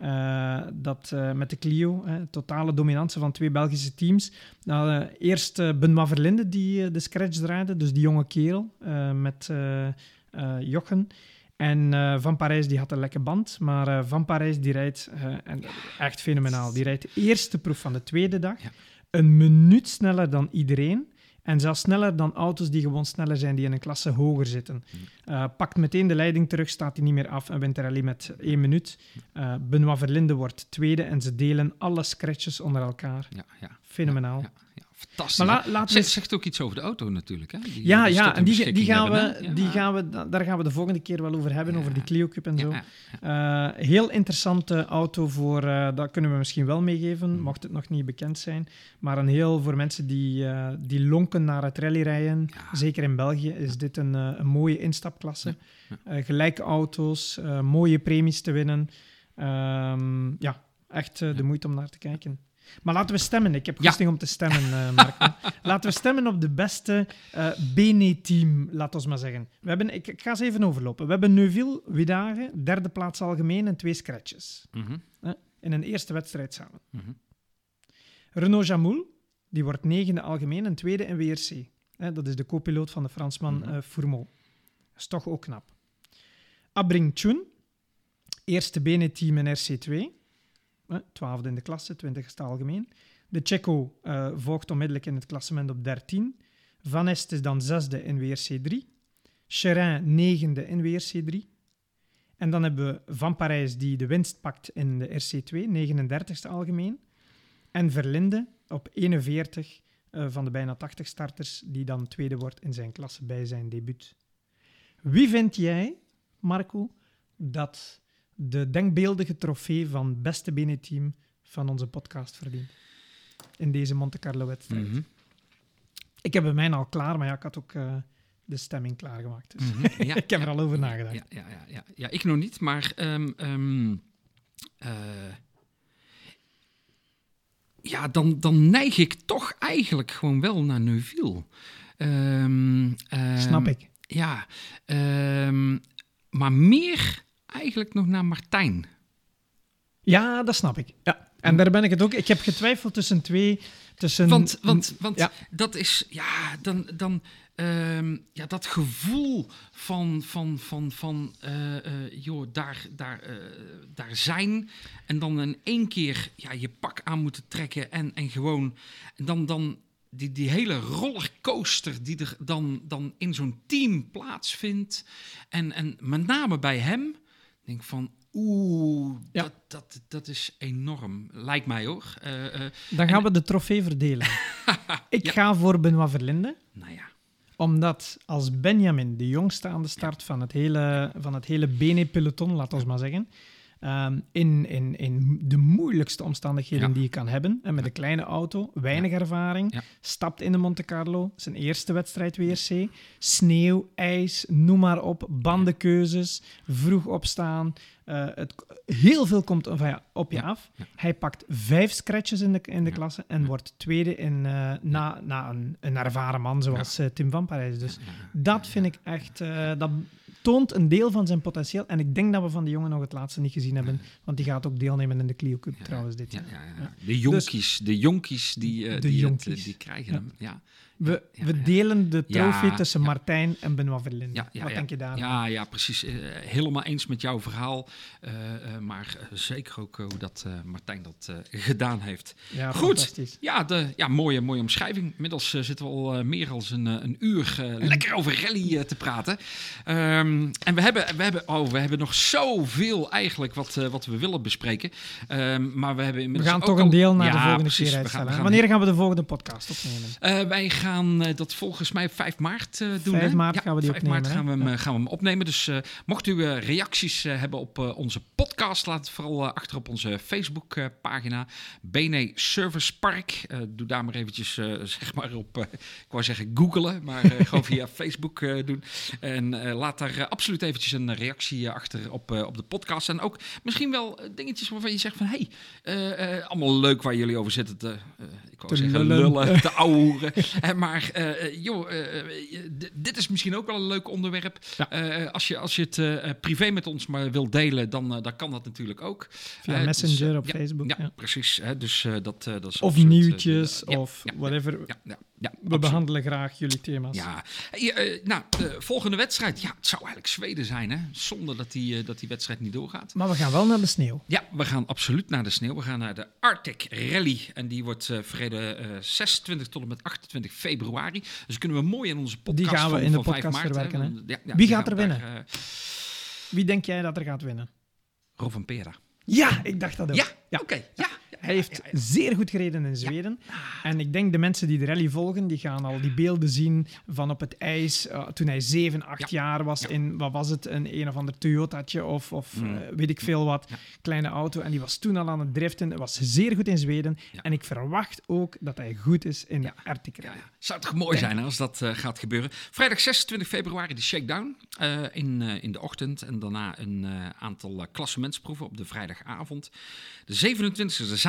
Met de Clio, totale dominantie van 2 Belgische teams. Eerst Benoit Verlinde die de scratch draaide, dus die jonge kerel met... Jochen. En Van Parijs die had een lekke band, maar Van Parijs die rijdt echt fenomenaal. Die rijdt de eerste proef van de tweede dag. Een minuut sneller dan iedereen. En zelfs sneller dan auto's die gewoon sneller zijn, die in een klasse hoger zitten. Pakt meteen de leiding terug, staat hij niet meer af en wint de rally met 1 minuut. Benoit Verlinde wordt tweede en ze delen alle scratches onder elkaar. Fenomenaal. Fantastisch. Maar zegt ook iets over de auto natuurlijk. Hè? Daar gaan we de volgende keer wel over hebben, over die Clio Cup en zo. Heel interessante auto voor, dat kunnen we misschien wel meegeven, mocht het nog niet bekend zijn. Maar voor mensen die lonken naar het rallyrijden, zeker in België, is dit een mooie instapklasse. Gelijke auto's, mooie premies te winnen. Echt de moeite om naar te kijken. Maar laten we stemmen. Ik heb goesting om te stemmen, Marco. Laten we stemmen op de beste Bene-team, laat ons maar zeggen. Ik ga eens even overlopen. We hebben Neuville, Wiedage, 3e plaats algemeen en 2 scratches. In een eerste wedstrijd samen. Renaud Jamoul, die wordt 9e algemeen en 2e in WRC. Dat is de co-piloot van de Fransman Fourmaux. Dat is toch ook knap. Abring Chun, eerste Bene-team in RC2. 12e in de klasse, 20e algemeen. De Checo volgt onmiddellijk in het klassement op 13. Van Est is dan 6e in WRC3. Cherin 9e in WRC3. En dan hebben we Van Parijs die de winst pakt in de RC2, 39e algemeen. En Verlinde op 41 van de bijna 80 starters, die dan tweede wordt in zijn klasse bij zijn debuut. Wie vind jij, Marco, dat de denkbeeldige trofee van beste Bene-team van onze podcast verdient? In deze Monte Carlo-wedstrijd. Ik heb hem al klaar, maar ik had ook de stemming klaargemaakt. Dus ik heb er al over nagedacht. Ja, ik nog niet, maar... dan neig ik toch eigenlijk gewoon wel naar Neuville. Snap ik. Ja, maar meer eigenlijk nog naar Martijn. Ja, dat snap ik. Ja. En daar ben ik het ook. Ik heb getwijfeld tussen twee... Want dat is... Ja, dan dat gevoel van daar zijn en dan in één keer je pak aan moeten trekken en gewoon... En dan die hele rollercoaster die er dan in zo'n team plaatsvindt. En met name bij hem, denk ik van... dat is enorm. Lijkt mij, hoor. Dan gaan we de trofee verdelen. Ik ga voor Benoît Verlinde. Nou ja. Omdat als Benjamin, de jongste aan de start van het hele Bene-peloton, laat ons maar zeggen, in de moeilijkste omstandigheden die je kan hebben, en met een kleine auto, weinig ervaring, stapt in de Monte Carlo, zijn eerste wedstrijd WRC, sneeuw, ijs, noem maar op, bandenkeuzes, vroeg opstaan, heel veel komt op je af. Ja. Hij pakt 5 scratches in de klasse en wordt tweede na een ervaren man zoals Tim Van Parijs. Dus dat vind ik echt... dat toont een deel van zijn potentieel. En ik denk dat we van die jongen nog het laatste niet gezien hebben. Want die gaat ook deelnemen in de Clio Cup trouwens dit jaar. Ja. De jonkies die krijgen hem. Ja. We delen de trofee tussen Martijn en Benoît Verlinde. Wat denk je daarvan? Ja, precies. Helemaal eens met jouw verhaal. Maar zeker ook hoe dat Martijn dat gedaan heeft. Ja, goed. Ja, mooie omschrijving. Inmiddels zitten we al meer dan een uur lekker over rally te praten. En we hebben nog zoveel eigenlijk wat we willen bespreken. Maar we hebben inmiddels we gaan toch een deel naar de volgende keer uitstellen. Wanneer gaan we de volgende podcast opnemen? Wij gaan dat volgens mij op 5 maart doen. 5 maart gaan we die 5 opnemen. maart gaan we hem opnemen. Dus mocht u reacties hebben op onze podcast, laat het vooral achter op onze Facebookpagina. Bene Service Park. Doe daar maar eventjes zeg maar op, ik wou zeggen googelen, maar gewoon via Facebook doen. En laat daar absoluut eventjes een reactie achter op de podcast. En ook misschien wel dingetjes waarvan je zegt van allemaal leuk waar jullie over zitten ik wou zeggen lullen, te ouwen. Maar dit is misschien ook wel een leuk onderwerp. Ja. Als je het privé met ons maar wil delen, dan kan dat natuurlijk ook. Via Messenger op Facebook. Ja, precies. Dus dat is of nieuwtjes of whatever. Ja, we behandelen graag jullie thema's. Ja. De volgende wedstrijd. Ja, het zou eigenlijk Zweden zijn, hè? Zonder dat die wedstrijd niet doorgaat. Maar we gaan wel naar de sneeuw. Ja, we gaan absoluut naar de sneeuw. We gaan naar de Arctic Rally. En die wordt verreden 26 tot en met 28 februari. Dus kunnen we mooi in onze podcast die gaan we in de podcast 5 maart verwerken. Wie gaat er winnen? Wie denk jij dat er gaat winnen? Rovan Pera. Ja, ik dacht dat ook. Ja. Oké. Ja. Hij heeft zeer goed gereden in Zweden. Ja. En ik denk de mensen die de rally volgen, die gaan al die beelden zien van op het ijs. Toen hij 7, 8 jaar was in, wat was het, een of ander Toyotaatje of weet ik veel wat, kleine auto. En die was toen al aan het driften. Hij was zeer goed in Zweden. Ja. En ik verwacht ook dat hij goed is in de Arctic Rally. Ja. Zou het mooi zijn als dat gaat gebeuren. Vrijdag 26 februari de shakedown in de ochtend. En daarna een aantal klassementsproeven op de vrijdagavond. De 27e, de zaterdag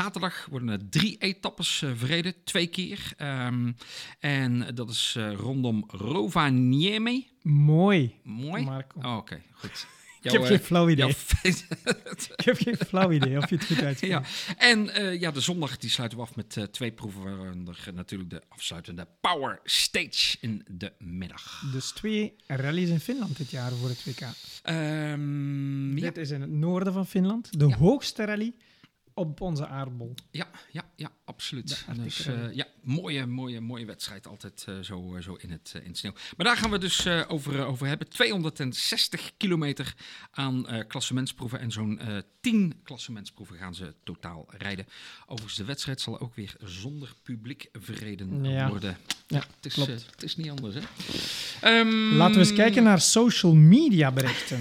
zaterdag worden er 3 etappes verreden, 2 keer. En dat is rondom Rovaniemi. Mooi, Mooi? Marco. Oh, oké, goed. Ik heb geen flauw idee. Ik heb geen flauw idee of je het goed uitspreekt. Ja. En de zondag die sluiten we af met 2 proeven, waaronder natuurlijk de afsluitende Power Stage in de middag. Dus 2 rallies in Finland dit jaar voor het WK. Dit is in het noorden van Finland. De hoogste rally op onze aardbol. Ja, absoluut. De Dus mooie wedstrijd. Altijd zo in het sneeuw. Maar daar gaan we dus over hebben. 260 kilometer aan klassementsproeven. En zo'n 10 klassementsproeven gaan ze totaal rijden. Overigens, de wedstrijd zal ook weer zonder publiek verreden worden. Ja, klopt. Het is niet anders, hè? Laten we eens kijken naar social media berichten.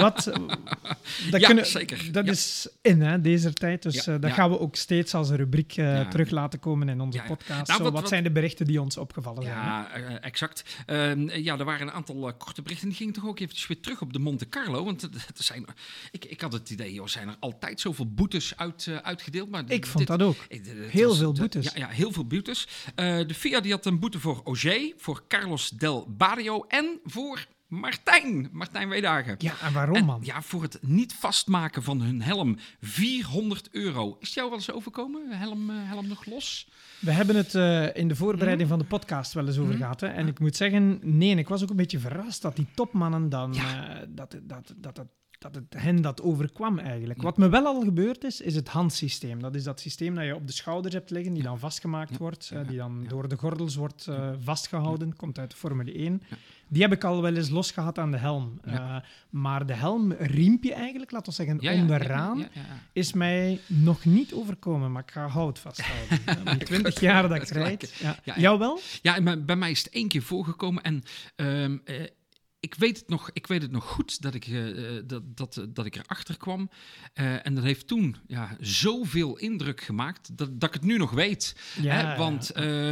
Zeker. Dat is deze tijd. Dus dat gaan we ook steeds als een rubriek terug laten komen in onze podcast. Nou, wat zijn de berichten die ons opgevallen zijn? Ja, exact. Er waren een aantal korte berichten. Die gingen toch ook eventjes weer terug op de Monte Carlo. Want ik had het idee, zijn er altijd zoveel boetes uitgedeeld. Maar ik vond dat ook. Heel veel boetes. Ja, heel veel boetes. De FIA die had een boete voor Ogier, voor Carlos Del Barrio en voor Martijn Wedagen. Ja, en waarom, man? Ja, voor het niet vastmaken van hun helm. €400. Is het jou wel eens overkomen? Helm nog los? We hebben het in de voorbereiding van de podcast wel eens over gehad. Hè? En ik moet zeggen, ik was ook een beetje verrast dat die topmannen dan... dat het hen dat overkwam eigenlijk. Wat me wel al gebeurd is het handsysteem. Dat is dat systeem dat je op de schouders hebt liggen, die dan vastgemaakt wordt, die dan door de gordels wordt vastgehouden, komt uit de Formule 1. Ja. Die heb ik al wel eens losgehad aan de helm. Maar de helmriempje eigenlijk, laten we zeggen onderaan, is mij nog niet overkomen, maar ik ga hout vasthouden. Die 20 jaar dat ik rijd. Jou wel? Ja, bij mij is het 1 keer voorgekomen en... Ik weet het nog goed dat ik erachter kwam. En dat heeft toen zoveel indruk gemaakt dat ik het nu nog weet. Want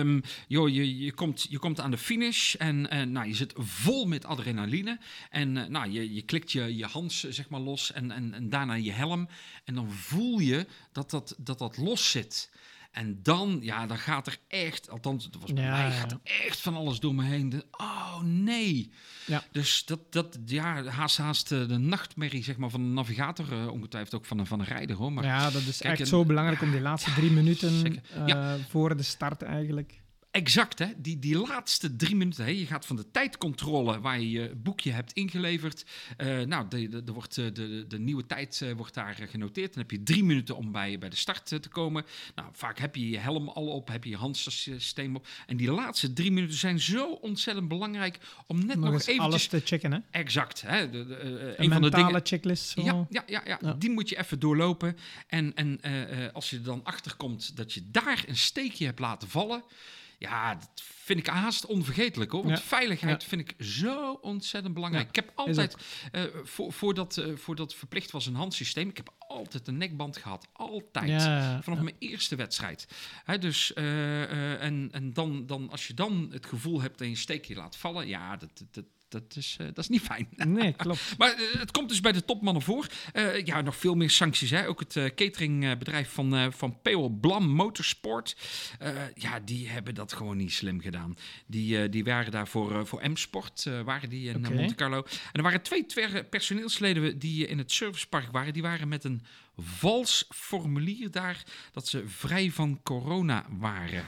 je komt aan de finish en je zit vol met adrenaline. En je klikt je hand zeg maar los en daarna je helm. En dan voel je dat los zit. En dan gaat er echt, althans, het was bij mij, gaat er echt van alles door me heen. Oh nee. Ja. Dus dat haast de nachtmerrie zeg maar, van een navigator, ongetwijfeld ook van een rijder. Hoor. Maar, dat is echt zo belangrijk om die laatste 3 minuten voor de start eigenlijk. Exact, hè? Die laatste 3 minuten. Hè? Je gaat van de tijdcontrole waar je je boekje hebt ingeleverd. Wordt de nieuwe tijd wordt daar genoteerd. Dan heb je 3 minuten om bij de start te komen. Nou, vaak heb je je helm al op, heb je je handsysteem op. En die laatste 3 minuten zijn zo ontzettend belangrijk om net nog eventjes... alles te checken, hè? Exact. Hè? Een van de dingen... checklist. Zo. Ja, die moet je even doorlopen. En als je er dan achterkomt dat je daar een steekje hebt laten vallen... Ja, dat vind ik haast onvergetelijk, hoor. Want veiligheid vind ik zo ontzettend belangrijk. Ik heb altijd, voordat verplicht was een handsysteem... ik heb altijd een nekband gehad. Altijd. Vanaf mijn eerste wedstrijd. Dus, en dan, als je dan het gevoel hebt dat je een steekje laat vallen... Ja, dat is niet fijn. Nee, klopt. Maar het komt dus bij de topmannen voor. Nog veel meer sancties. Hè? Ook het cateringbedrijf van P.O. Blam Motorsport. Die hebben dat gewoon niet slim gedaan. Die waren daar voor M-Sport. Waren die in Monte Carlo. En er waren 2 personeelsleden die in het servicepark waren. Die waren met een vals formulier daar dat ze vrij van corona waren.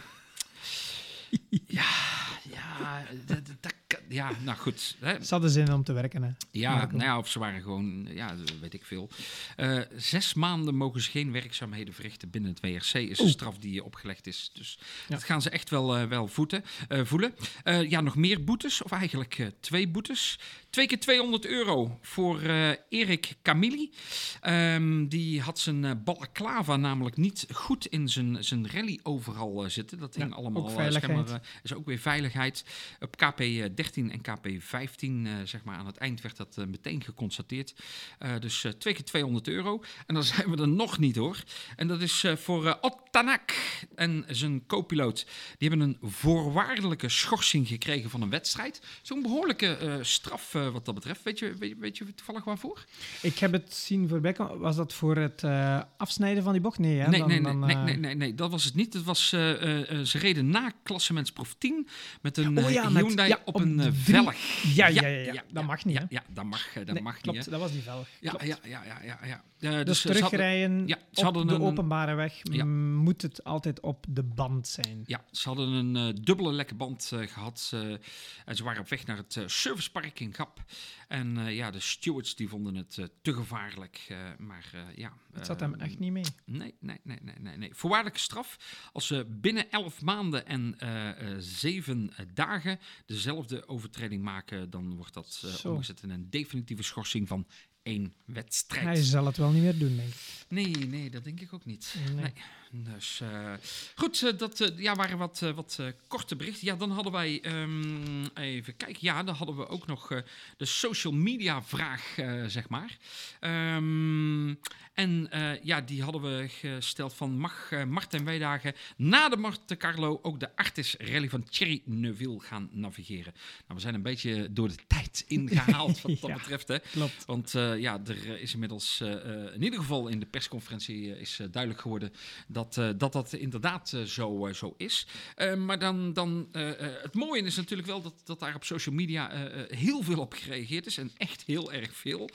Nou goed. Hè. Ze hadden zin om te werken, hè? Ja, of ze waren gewoon, weet ik veel. 6 maanden mogen ze geen werkzaamheden verrichten binnen het WRC. Is een straf die opgelegd is. Dus dat gaan ze echt wel voelen. Nog meer boetes, of eigenlijk 2 boetes. 2 keer €200 voor Erik Camilli. Die had zijn balaclava namelijk niet goed in zijn rally overal zitten. Dat hing allemaal... ook veiligheid. is ook weer veiligheid. Op KP 13 en KP15, zeg maar aan het eind werd dat meteen geconstateerd. Dus 2 keer €200. En dan zijn we er nog niet hoor. En dat is voor Otanak en zijn co-piloot. Die hebben een voorwaardelijke schorsing gekregen van een wedstrijd. Zo'n behoorlijke straf wat dat betreft. Weet je toevallig waarvoor? Ik heb het zien voorbij komen. Was dat voor het afsnijden van die bocht? Nee, hè? Nee, dat was het niet. Het was, ze reden na klassementsproef 10 met een Hyundai op een velg. Ja. Dat mag niet, hè? Ja, dat mag klopt, niet. Hè? Dat was die velg. Ja. Dus terugrijden ze op de openbare weg moet het altijd op de band zijn. Ja, ze hadden een dubbele lekke band gehad. En ze waren op weg naar het servicepark in Gap. En de stewards die vonden het te gevaarlijk. Het zat hem echt niet mee. Nee. Voorwaardelijke straf. Als ze binnen 11 maanden en 7 dagen dezelfde overtreding maken, dan wordt dat omgezet in een definitieve schorsing van 1 wedstrijd. Hij zal het wel niet meer doen, denk ik. Nee, dat denk ik ook niet. Nee. Dus goed, dat waren wat korte berichten. Ja, dan hadden wij, even kijken, dan hadden we ook nog de social media vraag, zeg maar. Die hadden we gesteld van mag Martijn Wijdagen na de Monte Carlo ook de Artis Rally van Thierry Neuville gaan navigeren? Nou, we zijn een beetje door de tijd ingehaald wat dat betreft. Hè? Klopt. Want er is inmiddels in ieder geval in de persconferentie is duidelijk geworden dat inderdaad zo is. Maar dan het mooie is natuurlijk wel dat daar op social media heel veel op gereageerd is. En echt heel erg veel.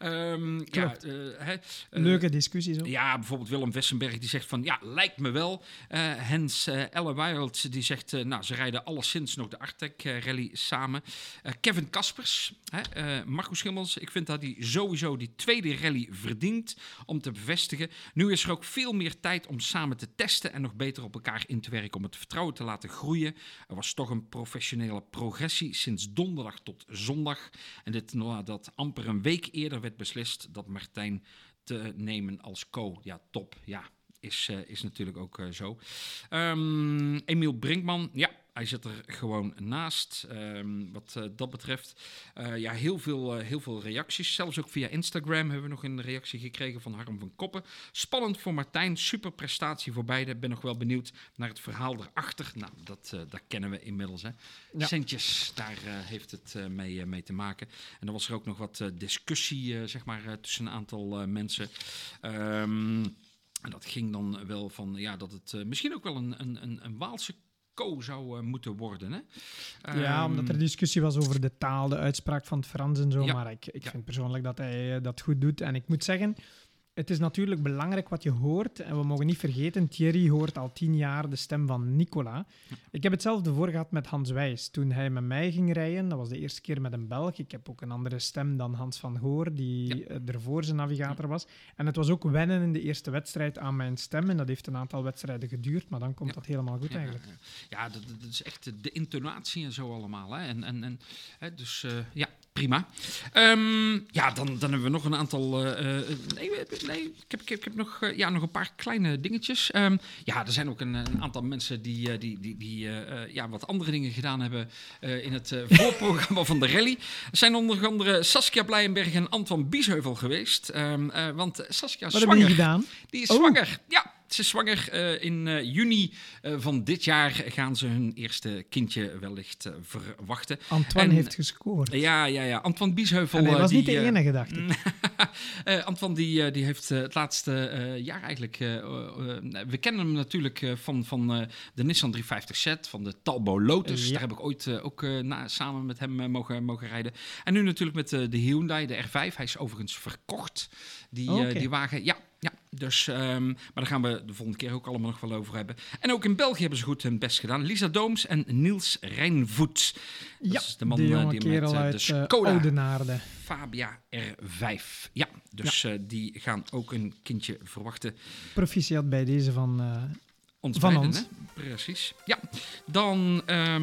Leuke discussies ook. Ja, bijvoorbeeld Willem Wessenberg die zegt van lijkt me wel. Hens Ellewild die zegt ze rijden alleszins nog de Artec Rally samen. Kevin Kaspers, Marco Schimmels, ik vind dat hij sowieso die tweede rally verdient om te bevestigen. Nu is er ook veel meer tijd om samen te testen en nog beter op elkaar in te werken om het vertrouwen te laten groeien. Er was toch een professionele progressie sinds donderdag tot zondag. En dit nadat amper een week eerder werd beslist dat Martijn te nemen als co. Ja, top. Ja, is natuurlijk ook zo. Emiel Brinkman, hij zit er gewoon naast. Wat dat betreft. Heel veel reacties. Zelfs ook via Instagram hebben we nog een reactie gekregen van Harm van Koppen. Spannend voor Martijn. Super prestatie voor beide. Ben nog wel benieuwd naar het verhaal erachter. Nou, dat kennen we inmiddels. Hè. Ja. Centjes, daar heeft het mee te maken. En dan was er ook nog wat discussie tussen een aantal mensen. En dat ging dan wel van dat het misschien ook wel een Waalse zou moeten worden. Hè? Omdat er discussie was over de taal, de uitspraak van het Frans en zo. Maar ik vind persoonlijk dat hij dat goed doet. En ik moet zeggen, het is natuurlijk belangrijk wat je hoort. En we mogen niet vergeten, Thierry hoort al 10 jaar de stem van Nicola. Ik heb hetzelfde voor gehad met Hans Wijs. Toen hij met mij ging rijden, dat was de eerste keer met een Belg. Ik heb ook een andere stem dan Hans van Goor, die ervoor zijn navigator was. En het was ook wennen in de eerste wedstrijd aan mijn stem. En dat heeft een aantal wedstrijden geduurd, maar dan komt dat helemaal goed eigenlijk. Ja, dat is echt de intonatie en zo allemaal. Hè? Dus prima. Dan hebben we nog een aantal... Ik heb nog een paar kleine dingetjes. Er zijn ook een aantal mensen die wat andere dingen gedaan hebben in het voorprogramma van de rally. Er zijn onder andere Saskia Blijenberg en Antoine Biesheuvel geweest. Want Saskia is zwanger. Wat hebben die gedaan? Die is zwanger, ja. Ze is zwanger. In juni van dit jaar gaan ze hun eerste kindje wellicht verwachten. Antoine heeft gescoord. Ja. Antoine Biesheuvel... En hij was niet de enige, dacht ik. Antoine die heeft het laatste jaar eigenlijk... we kennen hem natuurlijk van de Nissan 350Z, van de Talbot Lotus. Ja. Daar heb ik ooit ook samen met hem mogen rijden. En nu natuurlijk met de Hyundai, de R5. Hij is overigens verkocht, die wagen. Ja, dus, maar daar gaan we de volgende keer ook allemaal nog wel over hebben. En ook in België hebben ze goed hun best gedaan. Lisa Dooms en Niels Rijnvoet. Dat is de man die kerel met uit de Skoda Oudenaarde. Fabia R5. Ja, dus die gaan ook een kindje verwachten. Proficiat bij deze van Ons Van beiden, ons. hè? Precies. Ja, dan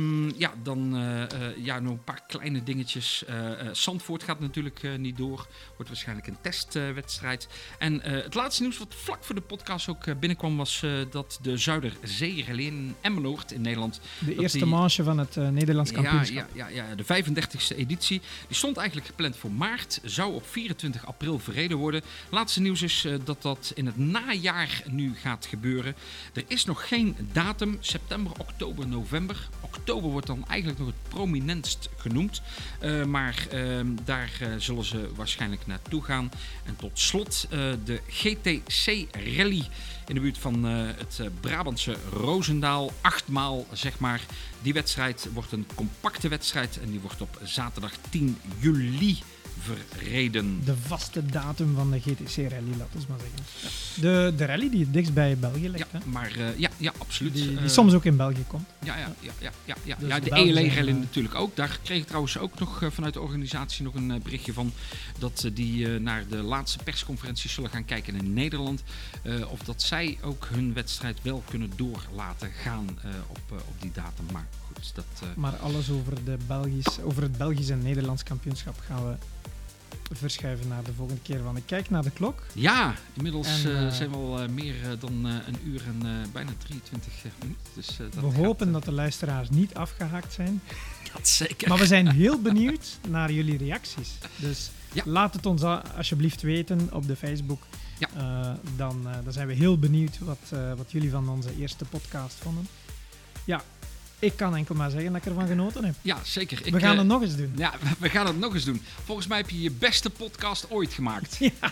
nog een paar kleine dingetjes. Zandvoort gaat natuurlijk niet door. Wordt waarschijnlijk een testwedstrijd. En het laatste nieuws wat vlak voor de podcast ook binnenkwam was dat de Zuiderzee-rally in Emmeloord in Nederland. De eerste manche van het Nederlands kampioenschap. Ja, de 35e editie. Die stond eigenlijk gepland voor maart. Zou op 24 april verreden worden. Laatste nieuws is dat in het najaar nu gaat gebeuren. Er is nog geen datum. September, oktober, november. Oktober wordt dan eigenlijk nog het prominentst genoemd. Maar daar zullen ze waarschijnlijk naartoe gaan. En tot slot de GTC Rally in de buurt van het Brabantse Roosendaal. 8 maal, zeg maar. Die wedstrijd wordt een compacte wedstrijd. En die wordt op zaterdag 10 juli verreden. De vaste datum van de GTC-rally, laten we maar zeggen. De rally die het dichtst bij België ligt. Ja, Hè? maar absoluut. Die soms ook in België komt. Ja, Dus de Belgen ELE zijn, Rally natuurlijk ook. Daar kreeg ik trouwens ook nog vanuit de organisatie nog een berichtje van dat die naar de laatste persconferentie zullen gaan kijken in Nederland. Of dat zij ook hun wedstrijd wel kunnen door laten gaan op die datum. Maar goed, dat... Maar alles over het Belgisch en Nederlands kampioenschap gaan we verschuiven naar de volgende keer. Want ik kijk naar de klok. Ja, inmiddels En, zijn we al meer dan een uur en bijna 23 minuten. Dus, We hopen dat de luisteraars niet afgehaakt zijn. Dat zeker. Maar we zijn heel benieuwd naar jullie reacties. Dus Ja. laat het ons alsjeblieft weten op de Facebook. Ja. Dan zijn we heel benieuwd wat jullie van onze eerste podcast vonden. Ja, ik kan enkel maar zeggen dat ik ervan genoten heb. Ja, zeker. We gaan het nog eens doen. Ja, we gaan het nog eens doen. Volgens mij heb je je beste podcast ooit gemaakt. Ja,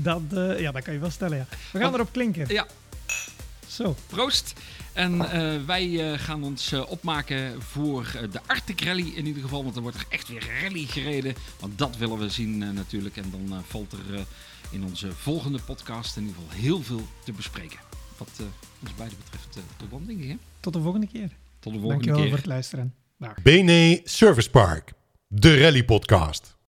dat kan je wel stellen, ja. We gaan erop klinken. Ja. Zo. Proost. En wij gaan ons opmaken voor de Arctic Rally in ieder geval. Want er wordt er echt weer rally gereden. Want dat willen we zien natuurlijk. En dan valt er in onze volgende podcast in ieder geval heel veel te bespreken. Wat ons beiden betreft tot dan, denk ik. Hè? Tot de volgende keer. Tot de volgende Dankjewel keer. voor het luisteren. Dag. BNE Service Park, de Rally Podcast.